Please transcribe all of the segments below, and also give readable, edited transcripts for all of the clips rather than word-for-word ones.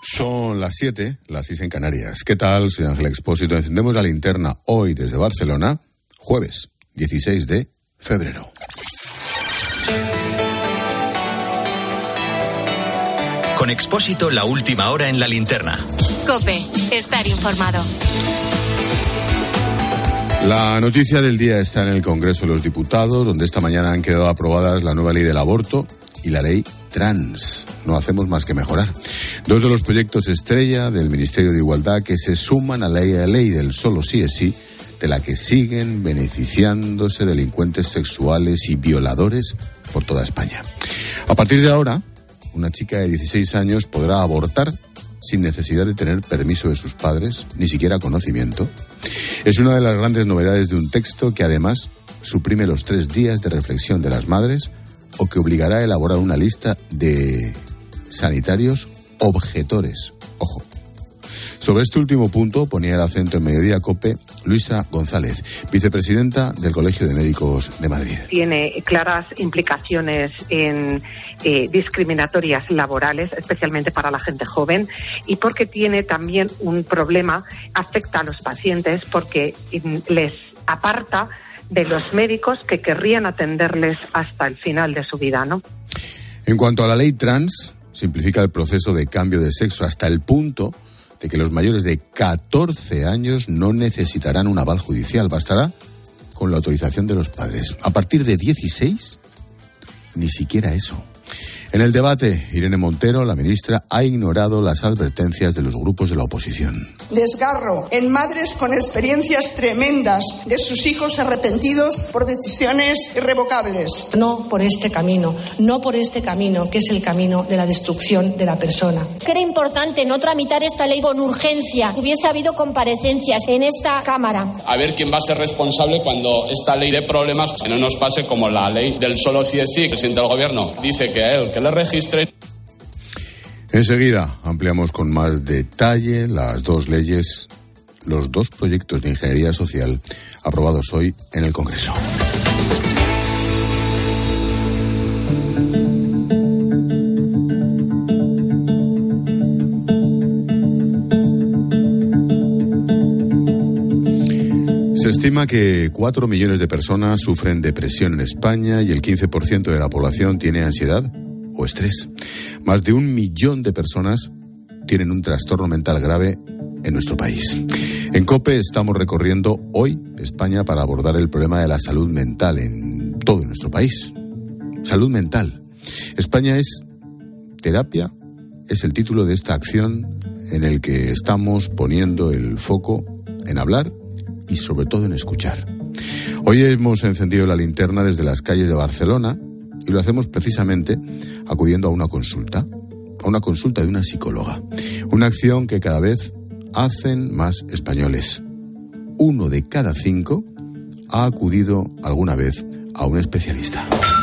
Son las 7, las 6 en Canarias. ¿Qué tal? Soy Ángel Expósito. Encendemos la linterna hoy desde Barcelona, jueves 16 de febrero. Con Expósito, la última hora en la linterna. COPE, estar informado. La noticia del día está en el Congreso de los Diputados, donde esta mañana han quedado aprobadas la nueva ley del aborto y la ley trans. No hacemos más que mejorar. Dos de los proyectos estrella del Ministerio de Igualdad que se suman a la ley del solo sí es sí, de la que siguen beneficiándose delincuentes sexuales y violadores por toda España. A partir de ahora, una chica de 16 años podrá abortar sin necesidad de tener permiso de sus padres, ni siquiera conocimiento. Es una de las grandes novedades de un texto que además suprime los 3 días de reflexión de las madres o que obligará a elaborar una lista de sanitarios objetores. Ojo. Sobre este último punto ponía el acento en Mediodía COPE Luisa González, vicepresidenta del Colegio de Médicos de Madrid. Tiene claras implicaciones discriminatorias laborales, especialmente para la gente joven, y porque tiene también un problema, afecta a los pacientes porque les aparta de los médicos que querrían atenderles hasta el final de su vida, ¿no? En cuanto a la ley trans, simplifica el proceso de cambio de sexo hasta el punto de que los mayores de 14 años no necesitarán un aval judicial, bastará con la autorización de los padres. A partir de 16, ni siquiera eso. En el debate, Irene Montero, la ministra, ha ignorado las advertencias de los grupos de la oposición. Desgarro en madres con experiencias tremendas de sus hijos arrepentidos por decisiones irrevocables. No por este camino, que es el camino de la destrucción de la persona. Que era importante no tramitar esta ley con urgencia, que hubiese habido comparecencias en esta Cámara. A ver quién va a ser responsable cuando esta ley de problemas, que no nos pase como la ley del solo sí es sí. El presidente del gobierno dice que a él, que le registre. Enseguida ampliamos con más detalle las dos leyes, los dos proyectos de ingeniería social aprobados hoy en el Congreso. Se estima que 4 millones de personas sufren depresión en España y el 15% de la población tiene ansiedad o estrés. Más de 1 millón de personas tienen un trastorno mental grave en nuestro país. En COPE estamos recorriendo hoy España para abordar el problema de la salud mental en todo nuestro país. Salud mental. España es terapia, es el título de esta acción en el que estamos poniendo el foco en hablar y sobre todo en escuchar. Hoy hemos encendido la linterna desde las calles de Barcelona y lo hacemos precisamente acudiendo a una consulta de una psicóloga. Una acción que cada vez hacen más españoles. 1 de cada 5 ha acudido alguna vez a un especialista.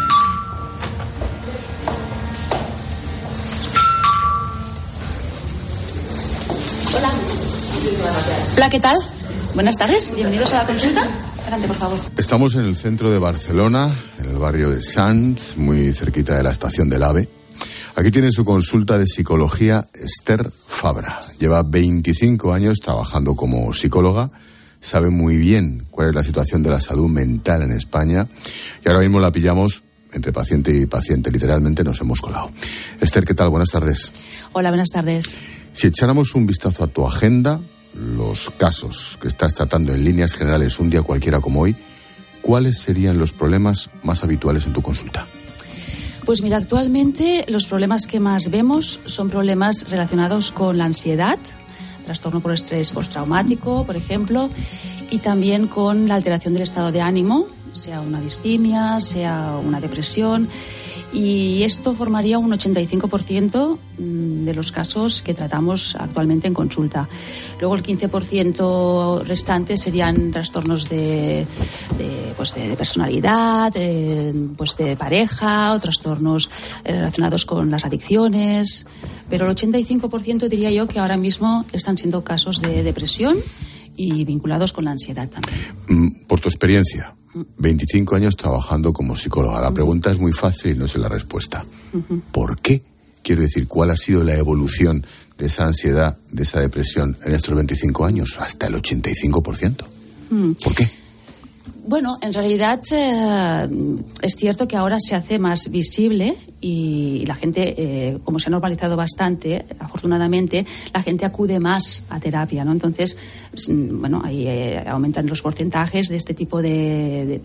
Hola, ¿qué tal? Buenas tardes, bienvenidos a la consulta. Adelante, por favor. Estamos en el centro de Barcelona, en el barrio de Sants, muy cerquita de la estación del AVE. Aquí tiene su consulta de psicología Esther Fabra. Lleva 25 años trabajando como psicóloga, sabe muy bien cuál es la situación de la salud mental en España y ahora mismo la pillamos entre paciente y paciente. Literalmente nos hemos colado. Esther, ¿qué tal? Buenas tardes. Hola, buenas tardes. Si echáramos un vistazo a tu agenda, los casos que estás tratando en líneas generales un día cualquiera como hoy, ¿cuáles serían los problemas más habituales en tu consulta? Pues mira, actualmente los problemas que más vemos son problemas relacionados con la ansiedad, trastorno por estrés postraumático, por ejemplo, y también con la alteración del estado de ánimo, sea una distimia, sea una depresión, y esto formaría un 85% de los casos que tratamos actualmente en consulta. Luego el 15% restante serían trastornos de personalidad, de pareja, o trastornos relacionados con las adicciones, pero el 85% diría yo que ahora mismo están siendo casos de depresión y vinculados con la ansiedad también. Por tu experiencia, 25 años trabajando como psicóloga, la pregunta es muy fácil y no sé la respuesta. ¿Por qué? Quiero decir, ¿cuál ha sido la evolución de esa ansiedad, de esa depresión en estos 25 años? Hasta el 85%. ¿Por qué? Bueno, en realidad es cierto que ahora se hace más visible y la gente, como se ha normalizado bastante, afortunadamente, la gente acude más a terapia, ¿no? Entonces, bueno, ahí aumentan los porcentajes de este tipo de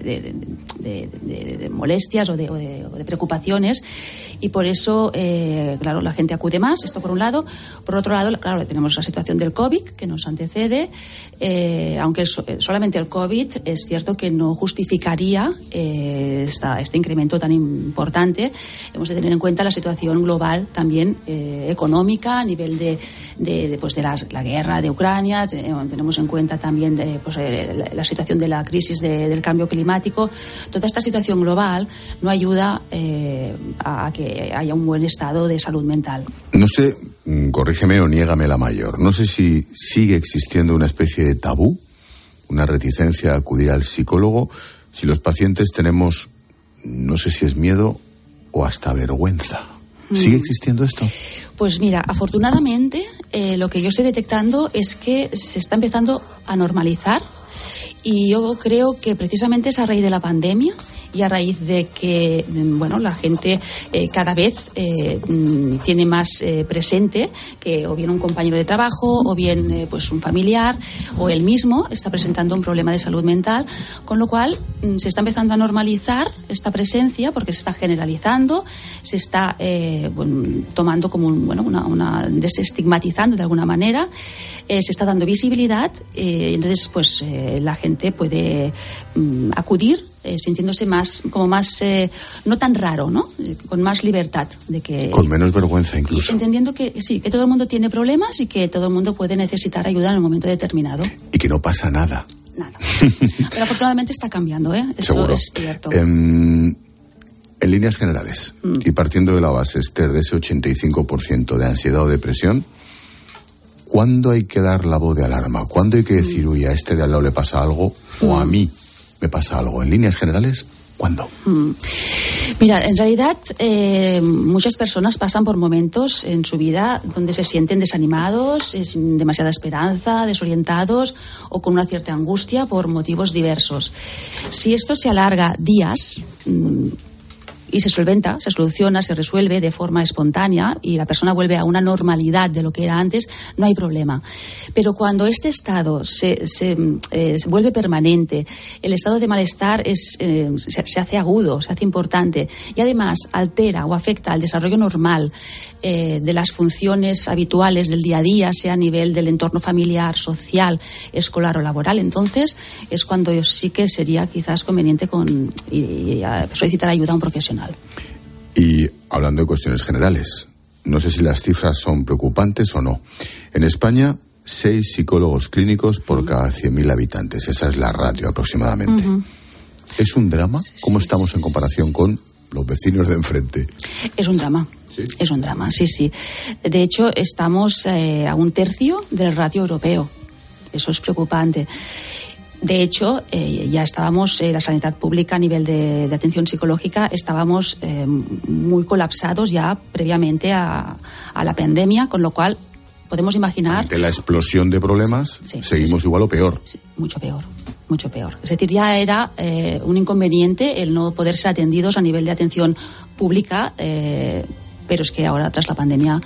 molestias o de preocupaciones y por eso, claro, la gente acude más, esto por un lado. Por otro lado, claro, tenemos la situación del COVID que nos antecede, aunque solamente el COVID es cierto que no justificaría este incremento tan importante. Hemos de tener en cuenta la situación global también económica a nivel de la guerra de Ucrania. Tenemos en cuenta también la situación de la crisis del cambio climático. Toda esta situación global no ayuda a que haya un buen estado de salud mental. No sé, corrígeme o niégame la mayor, no sé si sigue existiendo una especie de tabú, una reticencia a acudir al psicólogo, si los pacientes tenemos, no sé si es miedo o hasta vergüenza. ¿Sigue existiendo esto? Pues mira, afortunadamente lo que yo estoy detectando es que se está empezando a normalizar y yo creo que precisamente es a raíz de la pandemia y a raíz de que, bueno, la gente cada vez tiene más presente que o bien un compañero de trabajo o bien pues un familiar o él mismo está presentando un problema de salud mental, con lo cual se está empezando a normalizar esta presencia porque se está generalizando, se está tomando como desestigmatizando de alguna manera, se está dando visibilidad, entonces pues la gente puede acudir sintiéndose más no tan raro, ¿no? Con más libertad de que con menos vergüenza incluso, entendiendo que sí, que todo el mundo tiene problemas y que todo el mundo puede necesitar ayuda en el momento determinado y que no pasa nada. Pero afortunadamente está cambiando, eso seguro. Es cierto. En líneas generales y partiendo de la base, Esther, de ese 85% de ansiedad o depresión, ¿cuándo hay que dar la voz de alarma? ¿Cuándo hay que decir, uy, a este de al lado le pasa algo o a mí me pasa algo? En líneas generales, ¿cuándo? Mira, en realidad muchas personas pasan por momentos en su vida donde se sienten desanimados, sin demasiada esperanza, desorientados o con una cierta angustia por motivos diversos. Si esto se alarga días y se solventa, se soluciona, se resuelve de forma espontánea y la persona vuelve a una normalidad de lo que era antes, no hay problema. Pero cuando este estado se vuelve permanente, el estado de malestar se hace agudo, se hace importante y además altera o afecta al desarrollo normal de las funciones habituales del día a día, sea a nivel del entorno familiar, social, escolar o laboral, entonces es cuando sí que sería quizás conveniente solicitar ayuda a un profesional. Y hablando de cuestiones generales, no sé si las cifras son preocupantes o no. En España, 6 psicólogos clínicos por cada 100.000 habitantes. Esa es la ratio aproximadamente. ¿Es un drama? ¿Cómo estamos en comparación con los vecinos de enfrente? Es un drama. ¿Sí? Es un drama, sí. De hecho, estamos a 1/3 del ratio europeo. Eso es preocupante. De hecho, ya estábamos, la sanidad pública a nivel de atención psicológica, estábamos muy colapsados ya previamente a la pandemia, con lo cual podemos imaginar... Ante la explosión de problemas, seguimos igual o peor. Sí, mucho peor. Es decir, ya era un inconveniente el no poder ser atendidos a nivel de atención pública, pero es que ahora, tras la pandemia,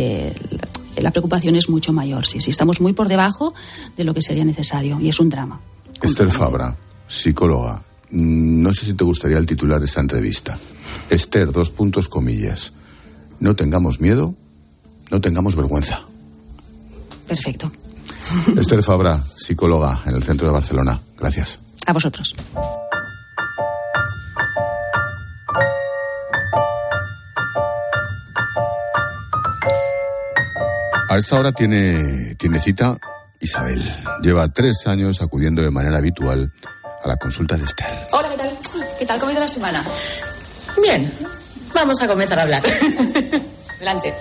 la preocupación es mucho mayor. Sí, estamos muy por debajo de lo que sería necesario y es un drama. Esther Fabra, psicóloga. No sé si te gustaría el titular de esta entrevista. Esther, comillas. No tengamos miedo, no tengamos vergüenza. Perfecto. Esther Fabra, psicóloga en el centro de Barcelona. Gracias. A vosotros. A esta hora tiene cita Isabel. Lleva 3 años acudiendo de manera habitual a la consulta de Esther. Hola, ¿qué tal? ¿Qué tal? ¿Cómo ha ido la semana? Bien, vamos a comenzar a hablar. Adelante.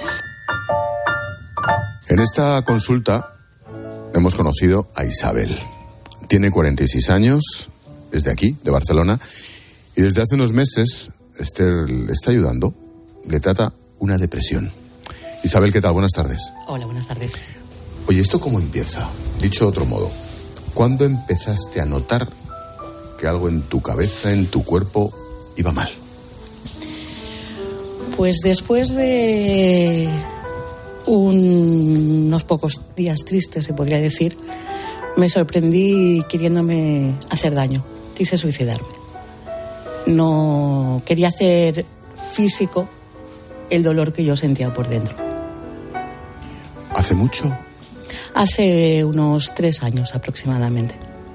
En esta consulta hemos conocido a Isabel. Tiene 46 años, es de aquí, de Barcelona, y desde hace unos meses Esther le está ayudando, le trata una depresión. Isabel, ¿qué tal? Buenas tardes. Hola, buenas tardes. Oye, ¿esto cómo empieza? Dicho de otro modo, ¿cuándo empezaste a notar que algo en tu cabeza, en tu cuerpo, iba mal? Pues después de unos pocos días tristes, se podría decir, me sorprendí queriéndome hacer daño. Quise suicidarme. No quería hacer físico el dolor que yo sentía por dentro. ¿Hace mucho? Hace unos 3 años aproximadamente.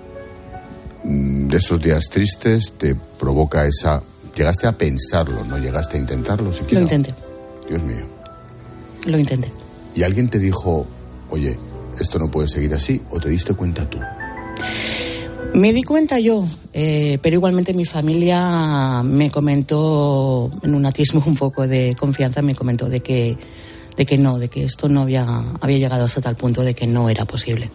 De esos días tristes te provoca esa... ¿Llegaste a pensarlo? ¿No llegaste a intentarlo siquiera? Lo intenté. Dios mío. Lo intenté. ¿Y alguien te dijo, oye, esto no puede seguir así, o te diste cuenta tú? Me di cuenta yo, pero igualmente mi familia me comentó, en un atisbo un poco de confianza, me comentó de que esto no había llegado hasta tal punto de que no era posible.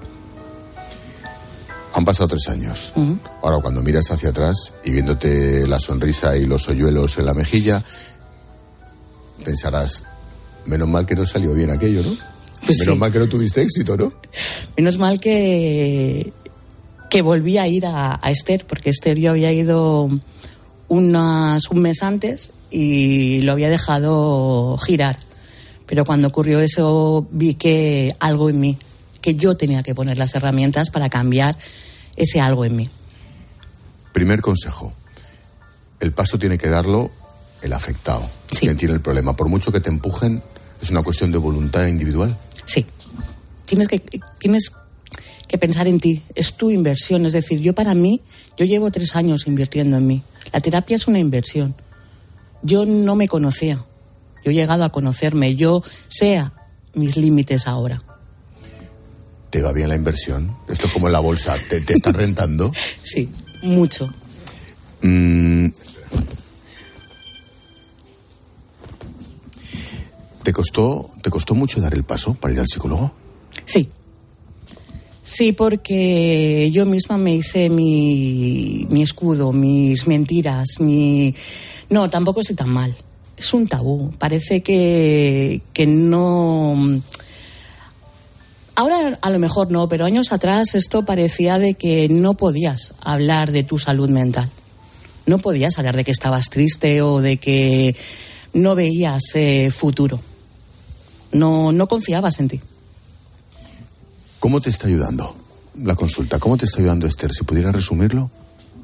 Han pasado 3 años. Uh-huh. Ahora, cuando miras hacia atrás y viéndote la sonrisa y los hoyuelos en la mejilla, pensarás, menos mal que no salió bien aquello, ¿no? Pues menos sí. mal que no tuviste éxito, ¿no? Menos mal que volví a ir a Esther, porque Esther yo había ido un mes antes y lo había dejado girar. Pero cuando ocurrió eso vi que algo en mí, que yo tenía que poner las herramientas para cambiar ese algo en mí. Primer consejo, el paso tiene que darlo el afectado, Sí. quien tiene el problema. Por mucho que te empujen, es una cuestión de voluntad individual. Sí. Tienes que pensar en ti, es tu inversión. Es decir, yo llevo 3 años invirtiendo en mí. La terapia es una inversión. Yo no me conocía, yo he llegado a conocerme, yo sé mis límites ahora. ¿Te va bien la inversión? Esto es como en la bolsa, ¿te está rentando? Sí, mucho. ¿Te costó mucho dar el paso para ir al psicólogo? Sí. Sí, porque yo misma me hice mi escudo, mis mentiras, No, tampoco estoy tan mal. Es un tabú. Parece que no... Ahora a lo mejor no, pero años atrás esto parecía de que no podías hablar de tu salud mental. No podías hablar de que estabas triste o de que no veías futuro. No confiabas en ti. ¿Cómo te está ayudando la consulta? ¿Cómo te está ayudando Esther? Si pudiera resumirlo.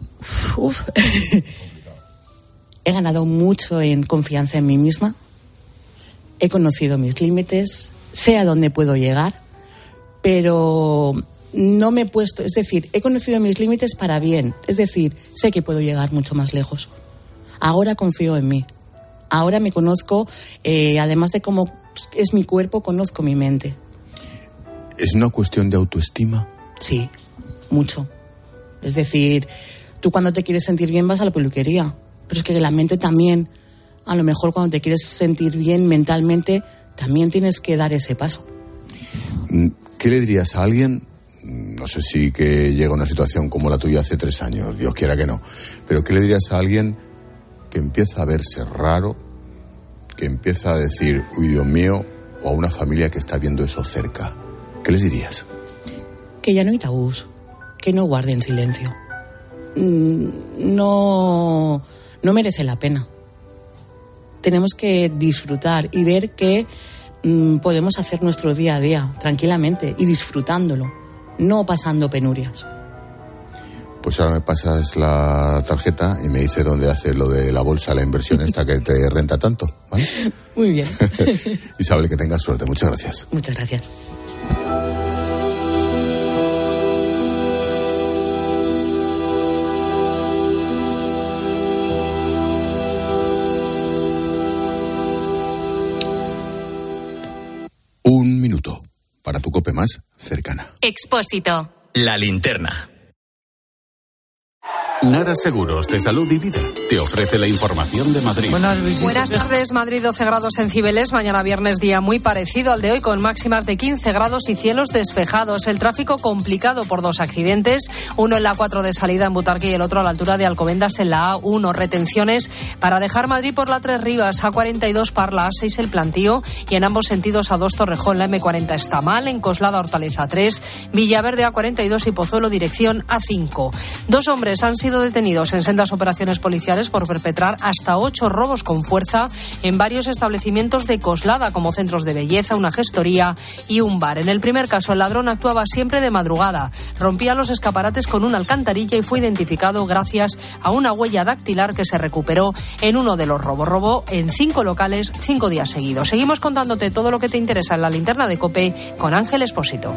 He ganado mucho en confianza en mí misma. He conocido mis límites. Sé a dónde puedo llegar. Pero no me he puesto... Es decir, he conocido mis límites para bien. Es decir, sé que puedo llegar mucho más lejos. Ahora confío en mí. Ahora me conozco. Además de cómo es mi cuerpo, conozco mi mente. ¿Es una cuestión de autoestima? Sí, mucho. Es decir, tú cuando te quieres sentir bien vas a la peluquería, pero es que la mente también, a lo mejor cuando te quieres sentir bien mentalmente, también tienes que dar ese paso. ¿Qué le dirías a alguien? No sé si que llega a una situación como la tuya hace 3 años, Dios quiera que no, pero ¿qué le dirías a alguien que empieza a verse raro, que empieza a decir, uy, Dios mío, o a una familia que está viendo eso cerca? ¿Qué les dirías? Que ya no hay tabús, que no guarden silencio. No merece la pena. Tenemos que disfrutar y ver que podemos hacer nuestro día a día tranquilamente y disfrutándolo, no pasando penurias. Pues ahora me pasas la tarjeta y me dices dónde haces lo de la bolsa, la inversión esta que te renta tanto, ¿vale? Muy bien. Isabel, que tengas suerte. Muchas gracias. Muchas gracias. Un minuto para tu COPE más cercana. Expósito. La linterna. Nara Seguros de Salud y Vida te ofrece la información de Madrid. Buenas tardes. Madrid, 12 grados en Cibeles. Mañana viernes, día muy parecido al de hoy, con máximas de 15 grados y cielos despejados. El tráfico complicado por dos accidentes, uno en la 4 de salida en Butarque y el otro a la altura de Alcobendas en la A1. Retenciones para dejar Madrid por la Tres Rivas, A42 Parla, A6 El Plantío y en ambos sentidos A2 Torrejón. La M40 está mal, en Coslada Hortaleza 3, Villaverde A42 y Pozuelo dirección A5. Dos hombres han sido detenidos en sendas operaciones policiales por perpetrar hasta 8 robos con fuerza en varios establecimientos de Coslada, como centros de belleza, una gestoría y un bar. En el primer caso, el ladrón actuaba siempre de madrugada, rompía los escaparates con una alcantarilla y fue identificado gracias a una huella dactilar que se recuperó en uno de los robos. Robó en 5 locales 5 días seguidos. Seguimos contándote todo lo que te interesa en la linterna de COPE con Ángel Expósito.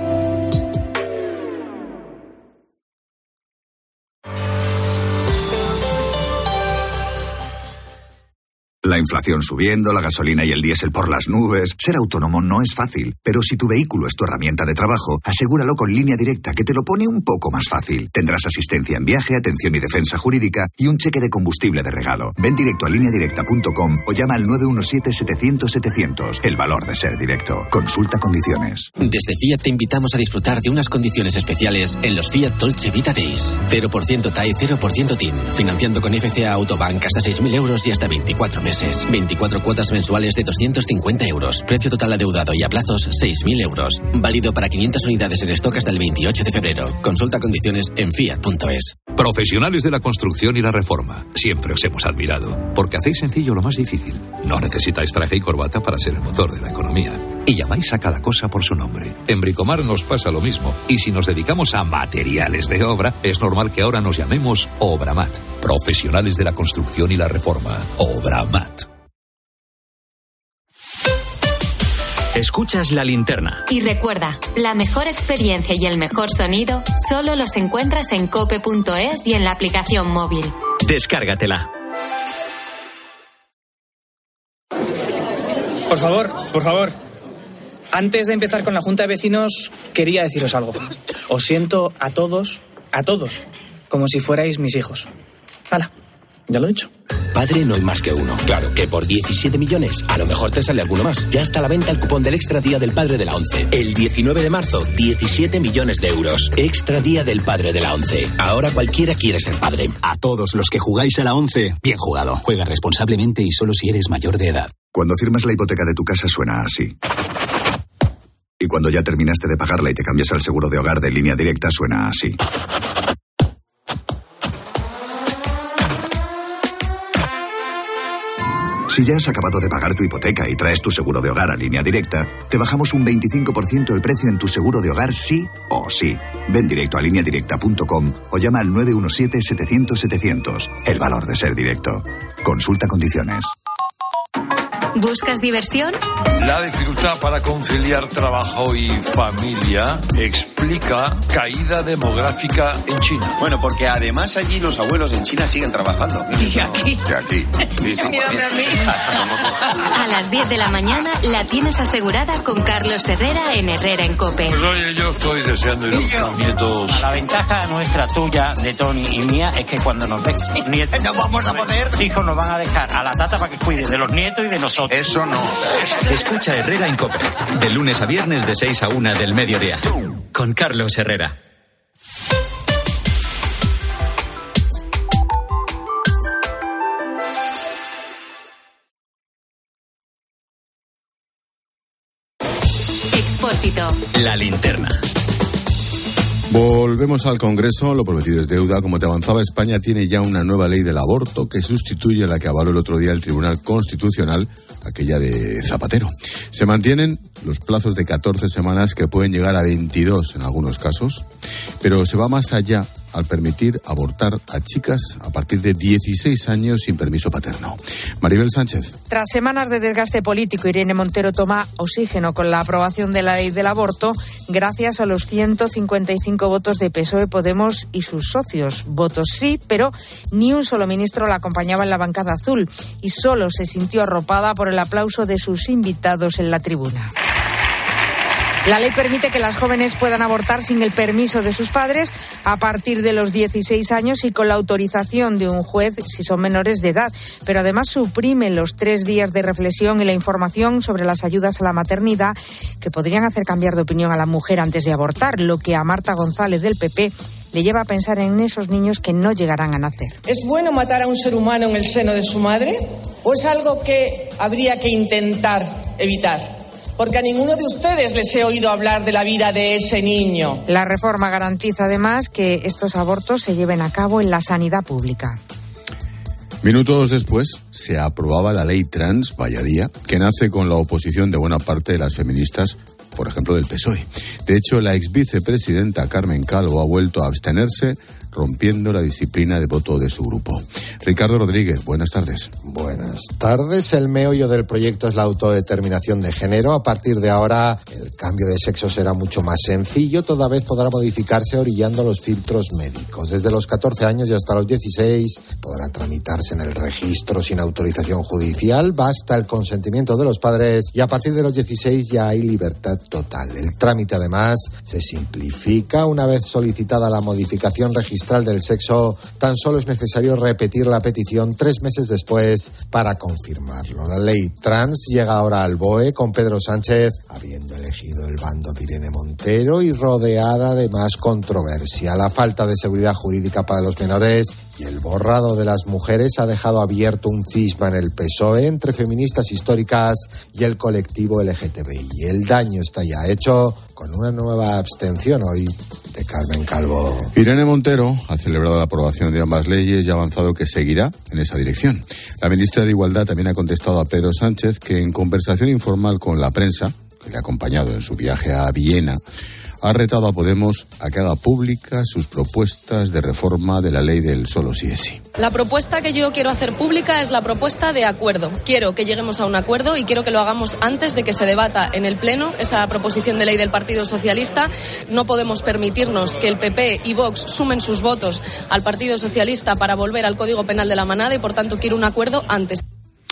La inflación subiendo, la gasolina y el diésel por las nubes. Ser autónomo no es fácil, pero si tu vehículo es tu herramienta de trabajo, asegúralo con Línea Directa, que te lo pone un poco más fácil. Tendrás asistencia en viaje, atención y defensa jurídica y un cheque de combustible de regalo. Ven directo a lineadirecta.com o llama al 917-700-700. El valor de ser directo. Consulta condiciones. Desde Fiat te invitamos a disfrutar de unas condiciones especiales en los Fiat Dolce Vita Days. 0% TAE, 0% TIN. Financiando con FCA Autobank hasta 6.000 euros y hasta 24 meses. 24 cuotas mensuales de 250 euros. Precio total adeudado y a plazos 6.000 euros. Válido para 500 unidades en stock hasta el 28 de febrero. Consulta condiciones en fiat.es. Profesionales de la construcción y la reforma. Siempre os hemos admirado. Porque hacéis sencillo lo más difícil. No necesitáis traje y corbata para ser el motor de la economía. Y llamáis a cada cosa por su nombre. En Bricomar nos pasa lo mismo. Y si nos dedicamos a materiales de obra, es normal que ahora nos llamemos Obramat. Profesionales de la construcción y la reforma. Obramat. Escuchas La Linterna. Y recuerda, la mejor experiencia y el mejor sonido solo los encuentras en cope.es y en la aplicación móvil. Descárgatela. Por favor. Antes de empezar con la Junta de Vecinos, quería deciros algo. Os siento a todos, como si fuerais mis hijos. ¡Hala! Ya lo he dicho. Padre no hay más que uno. Claro que por 17 millones a lo mejor te sale alguno más. Ya está a la venta el cupón del Extra Día del Padre de la ONCE. El 19 de marzo, 17 millones de euros. Extra Día del Padre de la ONCE. Ahora cualquiera quiere ser padre. A todos los que jugáis a la ONCE, bien jugado. Juega responsablemente y solo si eres mayor de edad. Cuando firmas la hipoteca de tu casa suena así. Y cuando ya terminaste de pagarla y te cambias al seguro de hogar de Línea Directa suena así. Si ya has acabado de pagar tu hipoteca y traes tu seguro de hogar a Línea Directa, te bajamos un 25% el precio en tu seguro de hogar sí o sí. Ven directo a lineadirecta.com o llama al 917-700-700. El valor de ser directo. Consulta condiciones. ¿Buscas diversión? La dificultad para conciliar trabajo y familia explica caída demográfica en China. Bueno, porque además allí los abuelos en China siguen trabajando. ¿Y aquí? Sí, Mírame a mí. A las 10 de la mañana la tienes asegurada con Carlos Herrera en Herrera en COPE. Pues oye, yo estoy deseando ir a los nietos. La ventaja nuestra, tuya, de Tony y mía es que cuando nos ven nietos, no vamos a poder. Los hijos nos van a dejar a la tata para que cuide de los nietos y de nosotros. Eso no. Escucha Herrera en COPE. De lunes a viernes de 6 a 1 del mediodía. Con Carlos Herrera. Expósito. La Linterna. Volvemos al Congreso, lo prometido es deuda. Como te avanzaba, España tiene ya una nueva ley del aborto que sustituye a la que avaló el otro día el Tribunal Constitucional, aquella de Zapatero. Se mantienen los plazos de 14 semanas que pueden llegar a 22 en algunos casos, pero se va más allá al permitir abortar a chicas a partir de 16 años sin permiso paterno. Maribel Sánchez. Tras semanas de desgaste político, Irene Montero toma oxígeno con la aprobación de la ley del aborto gracias a los 155 votos de PSOE, Podemos y sus socios. Votos sí, pero ni un solo ministro la acompañaba en la bancada azul y solo se sintió arropada por el aplauso de sus invitados en la tribuna. La ley permite que las jóvenes puedan abortar sin el permiso de sus padres a partir de los 16 años y con la autorización de un juez si son menores de edad. Pero además suprime los 3 días de reflexión y la información sobre las ayudas a la maternidad que podrían hacer cambiar de opinión a la mujer antes de abortar, lo que a Marta González del PP le lleva a pensar en esos niños que no llegarán a nacer. ¿Es bueno matar a un ser humano en el seno de su madre? ¿O es algo que habría que intentar evitar? Porque a ninguno de ustedes les he oído hablar de la vida de ese niño. La reforma garantiza además que estos abortos se lleven a cabo en la sanidad pública. Minutos después se aprobaba la ley trans, vaya día, que nace con la oposición de buena parte de las feministas, por ejemplo del PSOE. De hecho, la ex vicepresidenta Carmen Calvo ha vuelto a abstenerse, rompiendo la disciplina de voto de su grupo. Ricardo Rodríguez, buenas tardes. Buenas tardes. El meollo del proyecto es la autodeterminación de género. A partir de ahora, el cambio de sexo será mucho más sencillo. Toda vez podrá modificarse orillando los filtros médicos. Desde los 14 años y hasta los 16 podrá tramitarse en el registro sin autorización judicial. Basta el consentimiento de los padres y a partir de los 16 ya hay libertad total. El trámite, además, se simplifica. Una vez solicitada la modificación registral del sexo, tan solo es necesario repetir la petición 3 meses después para confirmarlo. La ley trans llega ahora al BOE con Pedro Sánchez habiendo elegido el bando de Irene Montero y rodeada de más controversia. La falta de seguridad jurídica para los menores y el borrado de las mujeres ha dejado abierto un cisma en el PSOE entre feministas históricas y el colectivo LGTBI. El daño está ya hecho con una nueva abstención hoy de Carmen Calvo. Irene Montero ha celebrado la aprobación de ambas leyes y ha avanzado que seguirá en esa dirección. La ministra de Igualdad también ha contestado a Pedro Sánchez que en conversación informal con la prensa, que le ha acompañado en su viaje a Viena, ha retado a Podemos a que haga públicas sus propuestas de reforma de la ley del solo sí es sí. La propuesta que yo quiero hacer pública es la propuesta de acuerdo. Quiero que lleguemos a un acuerdo y quiero que lo hagamos antes de que se debata en el Pleno esa proposición de ley del Partido Socialista. No podemos permitirnos que el PP y Vox sumen sus votos al Partido Socialista para volver al Código Penal de la manada y, por tanto, quiero un acuerdo antes.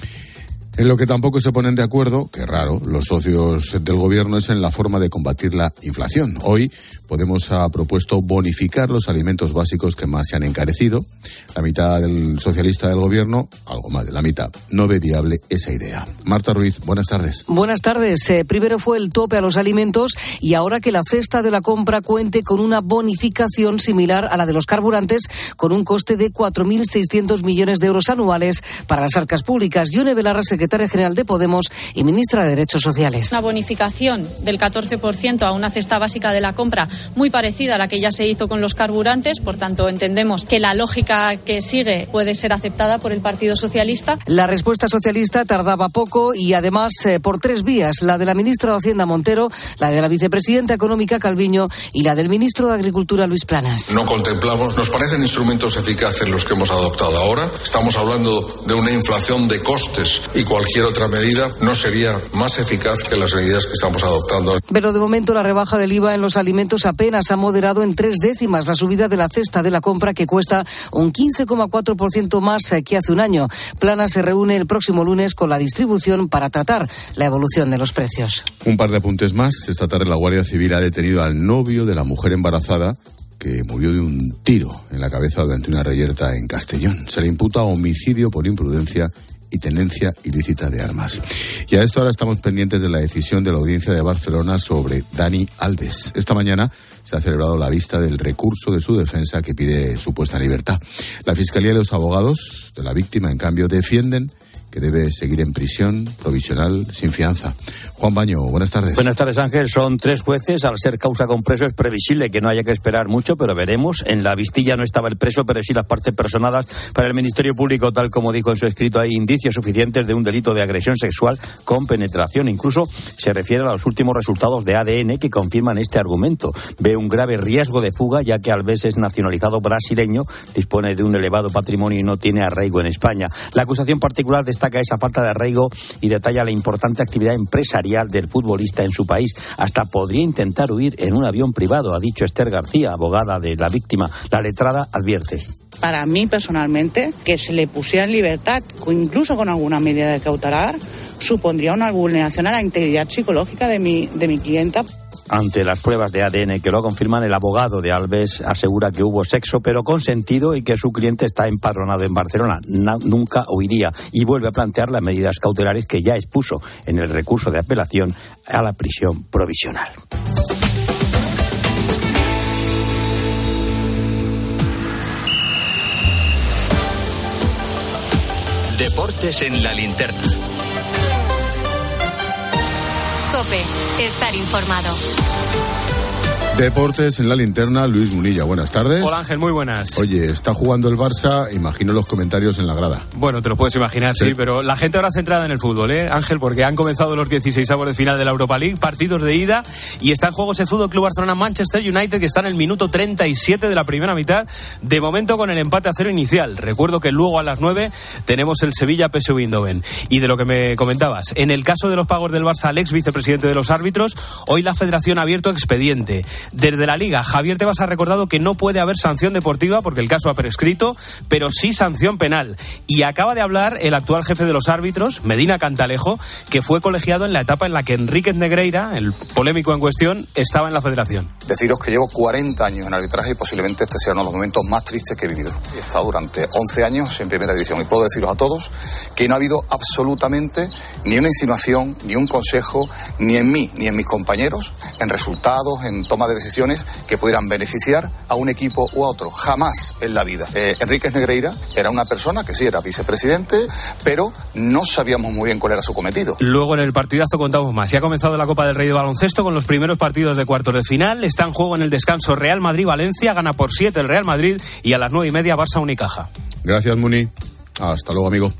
En lo que tampoco se ponen de acuerdo, que raro, los socios del gobierno es en la forma de combatir la inflación. Hoy Podemos ha propuesto bonificar los alimentos básicos que más se han encarecido. La mitad del socialista del gobierno, algo más de la mitad, no ve viable esa idea. Marta Ruiz, buenas tardes. Buenas tardes. Primero fue el tope a los alimentos y ahora que la cesta de la compra cuente con una bonificación similar a la de los carburantes con un coste de 4.600 millones de euros anuales para las arcas públicas. Yone Belarra, secretaria general de Podemos y ministra de Derechos Sociales. Una bonificación del 14% a una cesta básica de la compra muy parecida a la que ya se hizo con los carburantes. Por tanto, entendemos que la lógica que sigue puede ser aceptada por el Partido Socialista. La respuesta socialista tardaba poco y además por 3 vías, la de la ministra de Hacienda Montero, la de la vicepresidenta económica Calviño y la del ministro de Agricultura Luis Planas. No contemplamos, nos parecen instrumentos eficaces los que hemos adoptado ahora. Estamos hablando de una inflación de costes y cualquier otra medida no sería más eficaz que las medidas que estamos adoptando. Pero de momento la rebaja del IVA en los alimentos apenas ha moderado en 3 décimas la subida de la cesta de la compra, que cuesta un 15,4% más que hace un año. Planas se reúne el próximo lunes con la distribución para tratar la evolución de los precios. Un par de apuntes más. Esta tarde la Guardia Civil ha detenido al novio de la mujer embarazada que murió de un tiro en la cabeza durante una reyerta en Castellón. Se le imputa homicidio por imprudencia y tenencia ilícita de armas. Y a esta hora estamos pendientes de la decisión de la Audiencia de Barcelona sobre Dani Alves. Esta mañana se ha celebrado la vista del recurso de su defensa que pide su puesta en libertad. La Fiscalía y los abogados de la víctima, en cambio, defienden que debe seguir en prisión provisional sin fianza. Juan Baño, buenas tardes. Buenas tardes, Ángel. Son 3 jueces. Al ser causa con preso es previsible que no haya que esperar mucho, pero veremos. En la vistilla no estaba el preso, pero sí las partes personadas. Para el Ministerio Público, tal como dijo en su escrito, hay indicios suficientes de un delito de agresión sexual con penetración. Incluso se refiere a los últimos resultados de ADN que confirman este argumento. Ve un grave riesgo de fuga, ya que Alves es nacionalizado brasileño, dispone de un elevado patrimonio y no tiene arraigo en España. La acusación particular destaca esa falta de arraigo y detalla la importante actividad empresarial del futbolista en su país. Hasta podría intentar huir en un avión privado, ha dicho Esther García, abogada de la víctima. La letrada advierte: para mí personalmente, que se le pusiera en libertad, incluso con alguna medida de cautelar, supondría una vulneración a la integridad psicológica de mi clienta. Ante las pruebas de ADN que lo confirman, el abogado de Alves asegura que hubo sexo pero consentido y que su cliente está empadronado en Barcelona. Nunca huiría, y vuelve a plantear las medidas cautelares que ya expuso en el recurso de apelación a la prisión provisional. Deportes en la linterna. COPE, estar informado. Deportes en la linterna, Luis Munilla, buenas tardes. Hola Ángel, muy buenas. Oye, está jugando el Barça, imagino los comentarios en la grada. Bueno, te lo puedes imaginar, sí, pero la gente ahora centrada en el fútbol, Ángel, porque han comenzado los 16avos de final de la Europa League, partidos de ida, y está en juego ese Fútbol Club Barcelona-Manchester United, que está en el minuto 37 de la primera mitad, de momento con el empate a 0 inicial. Recuerdo que luego a las 9 tenemos el Sevilla-PSV Eindhoven. Y de lo que me comentabas, en el caso de los pagos del Barça al ex vicepresidente de los árbitros, hoy la Federación ha abierto expediente. Desde la Liga, Javier Tebas ha recordado que no puede haber sanción deportiva porque el caso ha prescrito, pero sí sanción penal. Y acaba de hablar el actual jefe de los árbitros, Medina Cantalejo, que fue colegiado en la etapa en la que Enríquez Negreira, el polémico en cuestión, estaba en la Federación. Deciros que llevo 40 años en arbitraje y posiblemente este sea uno de los momentos más tristes que he vivido. He estado durante 11 años en primera división y puedo deciros a todos que no ha habido absolutamente ni una insinuación, ni un consejo, ni en mí, ni en mis compañeros, en resultados, en toma de decisiones que pudieran beneficiar a un equipo u a otro. Jamás en la vida. Enríquez Negreira era una persona que sí era vicepresidente, pero no sabíamos muy bien cuál era su cometido. Luego en el partidazo contamos más. Ya ha comenzado la Copa del Rey de baloncesto con los primeros partidos de cuartos de final. Está en juego en el descanso Real Madrid-Valencia. Gana por 7 el Real Madrid y a las 9:30 Barça-Unicaja. Gracias, Muni. Hasta luego, amigo.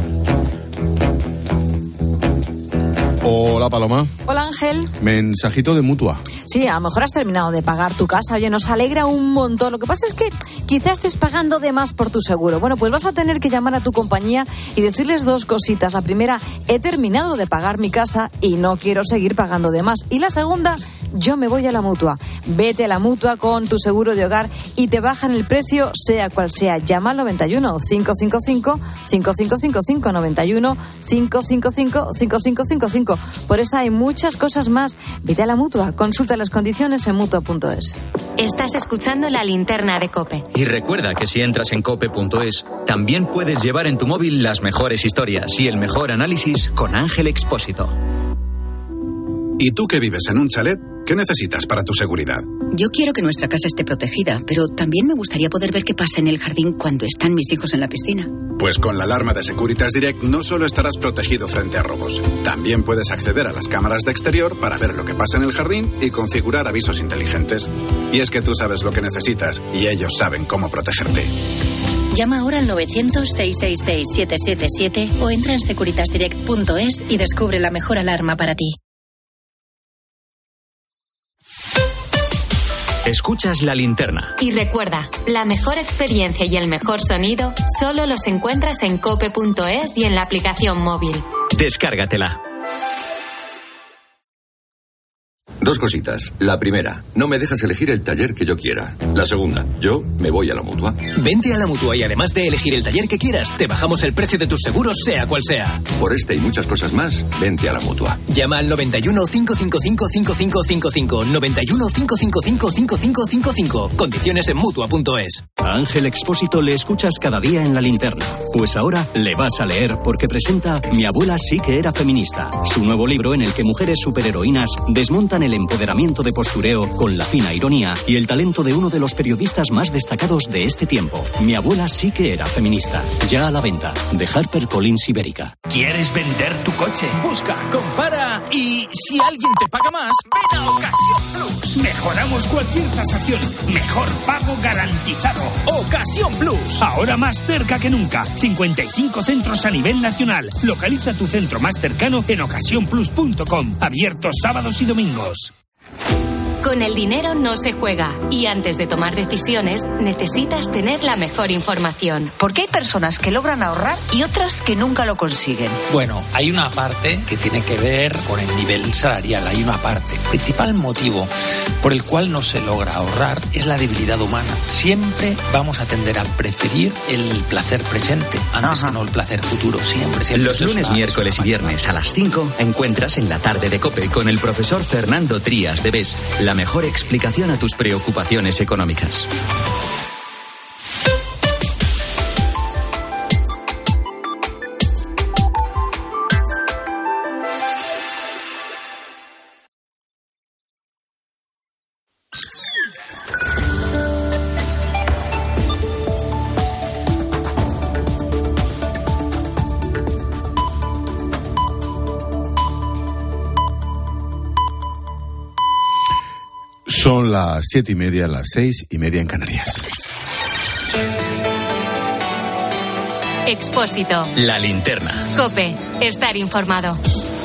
Hola, Paloma. Hola, Ángel. Mensajito de Mutua. Sí, a lo mejor has terminado de pagar tu casa. Oye, nos alegra un montón. Lo que pasa es que quizás estés pagando de más por tu seguro. Bueno, pues vas a tener que llamar a tu compañía y decirles dos cositas. La primera, he terminado de pagar mi casa y no quiero seguir pagando de más. Y la segunda, yo me voy a la Mutua. Vete a la Mutua con tu seguro de hogar y te bajan el precio, sea cual sea. Llama al 91 555 5555 91 555 5555. Por esta hay muchas cosas más. Vete a la Mutua. Consulta las condiciones en Mutua.es. Estás escuchando la linterna de COPE. Y recuerda que si entras en cope.es, también puedes llevar en tu móvil las mejores historias y el mejor análisis con Ángel Expósito. ¿Y tú que vives en un chalet? ¿Qué necesitas para tu seguridad? Yo quiero que nuestra casa esté protegida, pero también me gustaría poder ver qué pasa en el jardín cuando están mis hijos en la piscina. Pues con la alarma de Securitas Direct no solo estarás protegido frente a robos, también puedes acceder a las cámaras de exterior para ver lo que pasa en el jardín y configurar avisos inteligentes. Y es que tú sabes lo que necesitas y ellos saben cómo protegerte. Llama ahora al 900-666-777 o entra en securitasdirect.es y descubre la mejor alarma para ti. Escuchas la linterna. Y recuerda, la mejor experiencia y el mejor sonido solo los encuentras en cope.es y en la aplicación móvil. Descárgatela. Dos cositas. La primera, no me dejas elegir el taller que yo quiera. La segunda, yo me voy a la Mutua. Vente a la Mutua y además de elegir el taller que quieras, te bajamos el precio de tus seguros, sea cual sea. Por este y muchas cosas más, vente a la Mutua. Llama al 91 555 5555. 91 555 5555. Condiciones en Mutua.es. A Ángel Expósito le escuchas cada día en la linterna. Pues ahora le vas a leer porque presenta Mi abuela sí que era feminista, su nuevo libro en el que mujeres superheroínas desmontan el empoderamiento de postureo con la fina ironía y el talento de uno de los periodistas más destacados de este tiempo. Mi abuela sí que era feminista. Ya a la venta, de HarperCollins Ibérica. ¿Quieres vender tu coche? Busca, compara y si alguien te paga más, ven a Ocasión Plus. Mejoramos cualquier tasación. Mejor pago garantizado. Ocasión Plus. Ahora más cerca que nunca. 55 centros a nivel nacional. Localiza tu centro más cercano en ocasiónplus.com. Abiertos sábados y domingos. Con el dinero no se juega y antes de tomar decisiones necesitas tener la mejor información. Porque hay personas que logran ahorrar y otras que nunca lo consiguen. Bueno, hay una parte que tiene que ver con el nivel salarial, hay una parte. El principal motivo por el cual no se logra ahorrar es la debilidad humana. Siempre vamos a tender a preferir el placer presente antes que no el placer futuro. Siempre. Los lunes, miércoles y viernes a las 5 encuentras En la tarde de COPE con el profesor Fernando Trías de BES la mejor explicación a tus preocupaciones económicas. Son las 7:30, las 6:30 en Canarias. Expósito. La linterna. COPE. Estar informado.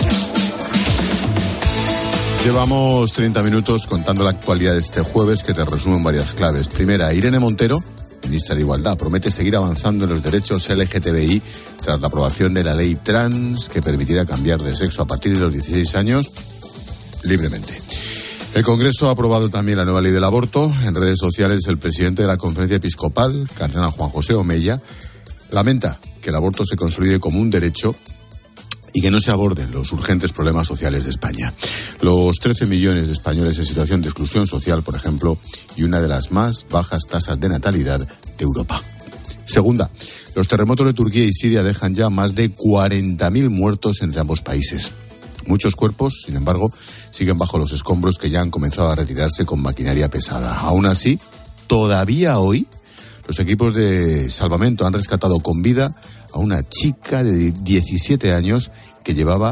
Llevamos 30 minutos contando la actualidad de este jueves, que te resumen varias claves. Primera, Irene Montero, ministra de Igualdad, promete seguir avanzando en los derechos LGTBI tras la aprobación de la ley trans que permitirá cambiar de sexo a partir de los 16 años libremente. El Congreso ha aprobado también la nueva ley del aborto. En redes sociales, el presidente de la Conferencia Episcopal, cardenal Juan José Omeya, lamenta que el aborto se consolide como un derecho y que no se aborden los urgentes problemas sociales de España. Los 13 millones de españoles en situación de exclusión social, por ejemplo, y una de las más bajas tasas de natalidad de Europa. Segunda, los terremotos de Turquía y Siria dejan ya más de 40.000 muertos entre ambos países. Muchos cuerpos, sin embargo, siguen bajo los escombros que ya han comenzado a retirarse con maquinaria pesada. Aún así, todavía hoy, los equipos de salvamento han rescatado con vida a una chica de 17 años que llevaba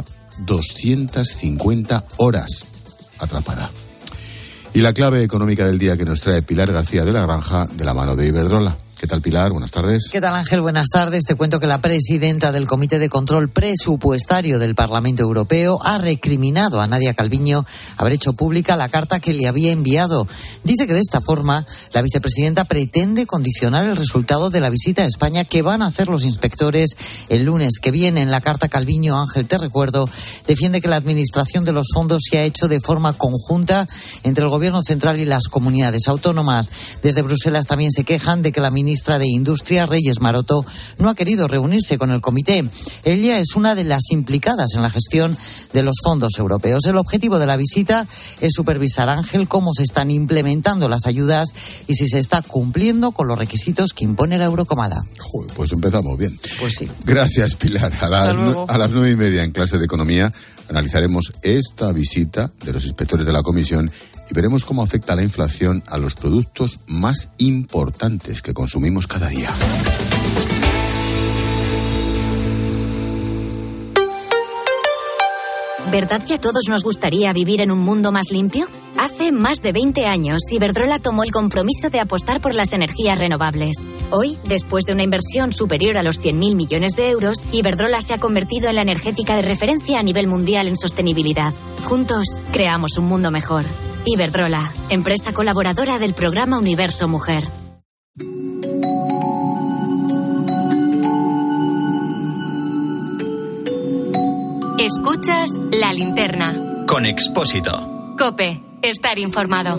250 horas atrapada. Y la clave económica del día que nos trae Pilar García de la Granja, de la mano de Iberdrola. ¿Qué tal, Pilar? Buenas tardes. ¿Qué tal, Ángel? Buenas tardes. Te cuento que la presidenta del Comité de Control Presupuestario del Parlamento Europeo ha recriminado a Nadia Calviño haber hecho pública la carta que le había enviado. Dice que de esta forma la vicepresidenta pretende condicionar el resultado de la visita a España que van a hacer los inspectores el lunes que viene. En la carta, Calviño, Ángel, te recuerdo, defiende que la administración de los fondos se ha hecho de forma conjunta entre el Gobierno central y las comunidades autónomas. Desde Bruselas también se quejan de que la ministra de Industria, Reyes Maroto, no ha querido reunirse con el comité. Ella es una de las implicadas en la gestión de los fondos europeos. El objetivo de la visita es supervisar, Ángel, cómo se están implementando las ayudas y si se está cumpliendo con los requisitos que impone la Eurocomada. Joder, pues empezamos bien. Pues sí. Gracias, Pilar. A las 9:30 en clase de Economía analizaremos esta visita de los inspectores de la Comisión y veremos cómo afecta la inflación a los productos más importantes que consumimos cada día. ¿Verdad que a todos nos gustaría vivir en un mundo más limpio? Hace más de 20 años, Iberdrola tomó el compromiso de apostar por las energías renovables. Hoy, después de una inversión superior a los 100.000 millones de euros, Iberdrola se ha convertido en la energética de referencia a nivel mundial en sostenibilidad. Juntos, creamos un mundo mejor. Iberdrola, empresa colaboradora del programa Universo Mujer. Escuchas La Linterna. Con Expósito. COPE. Estar informado.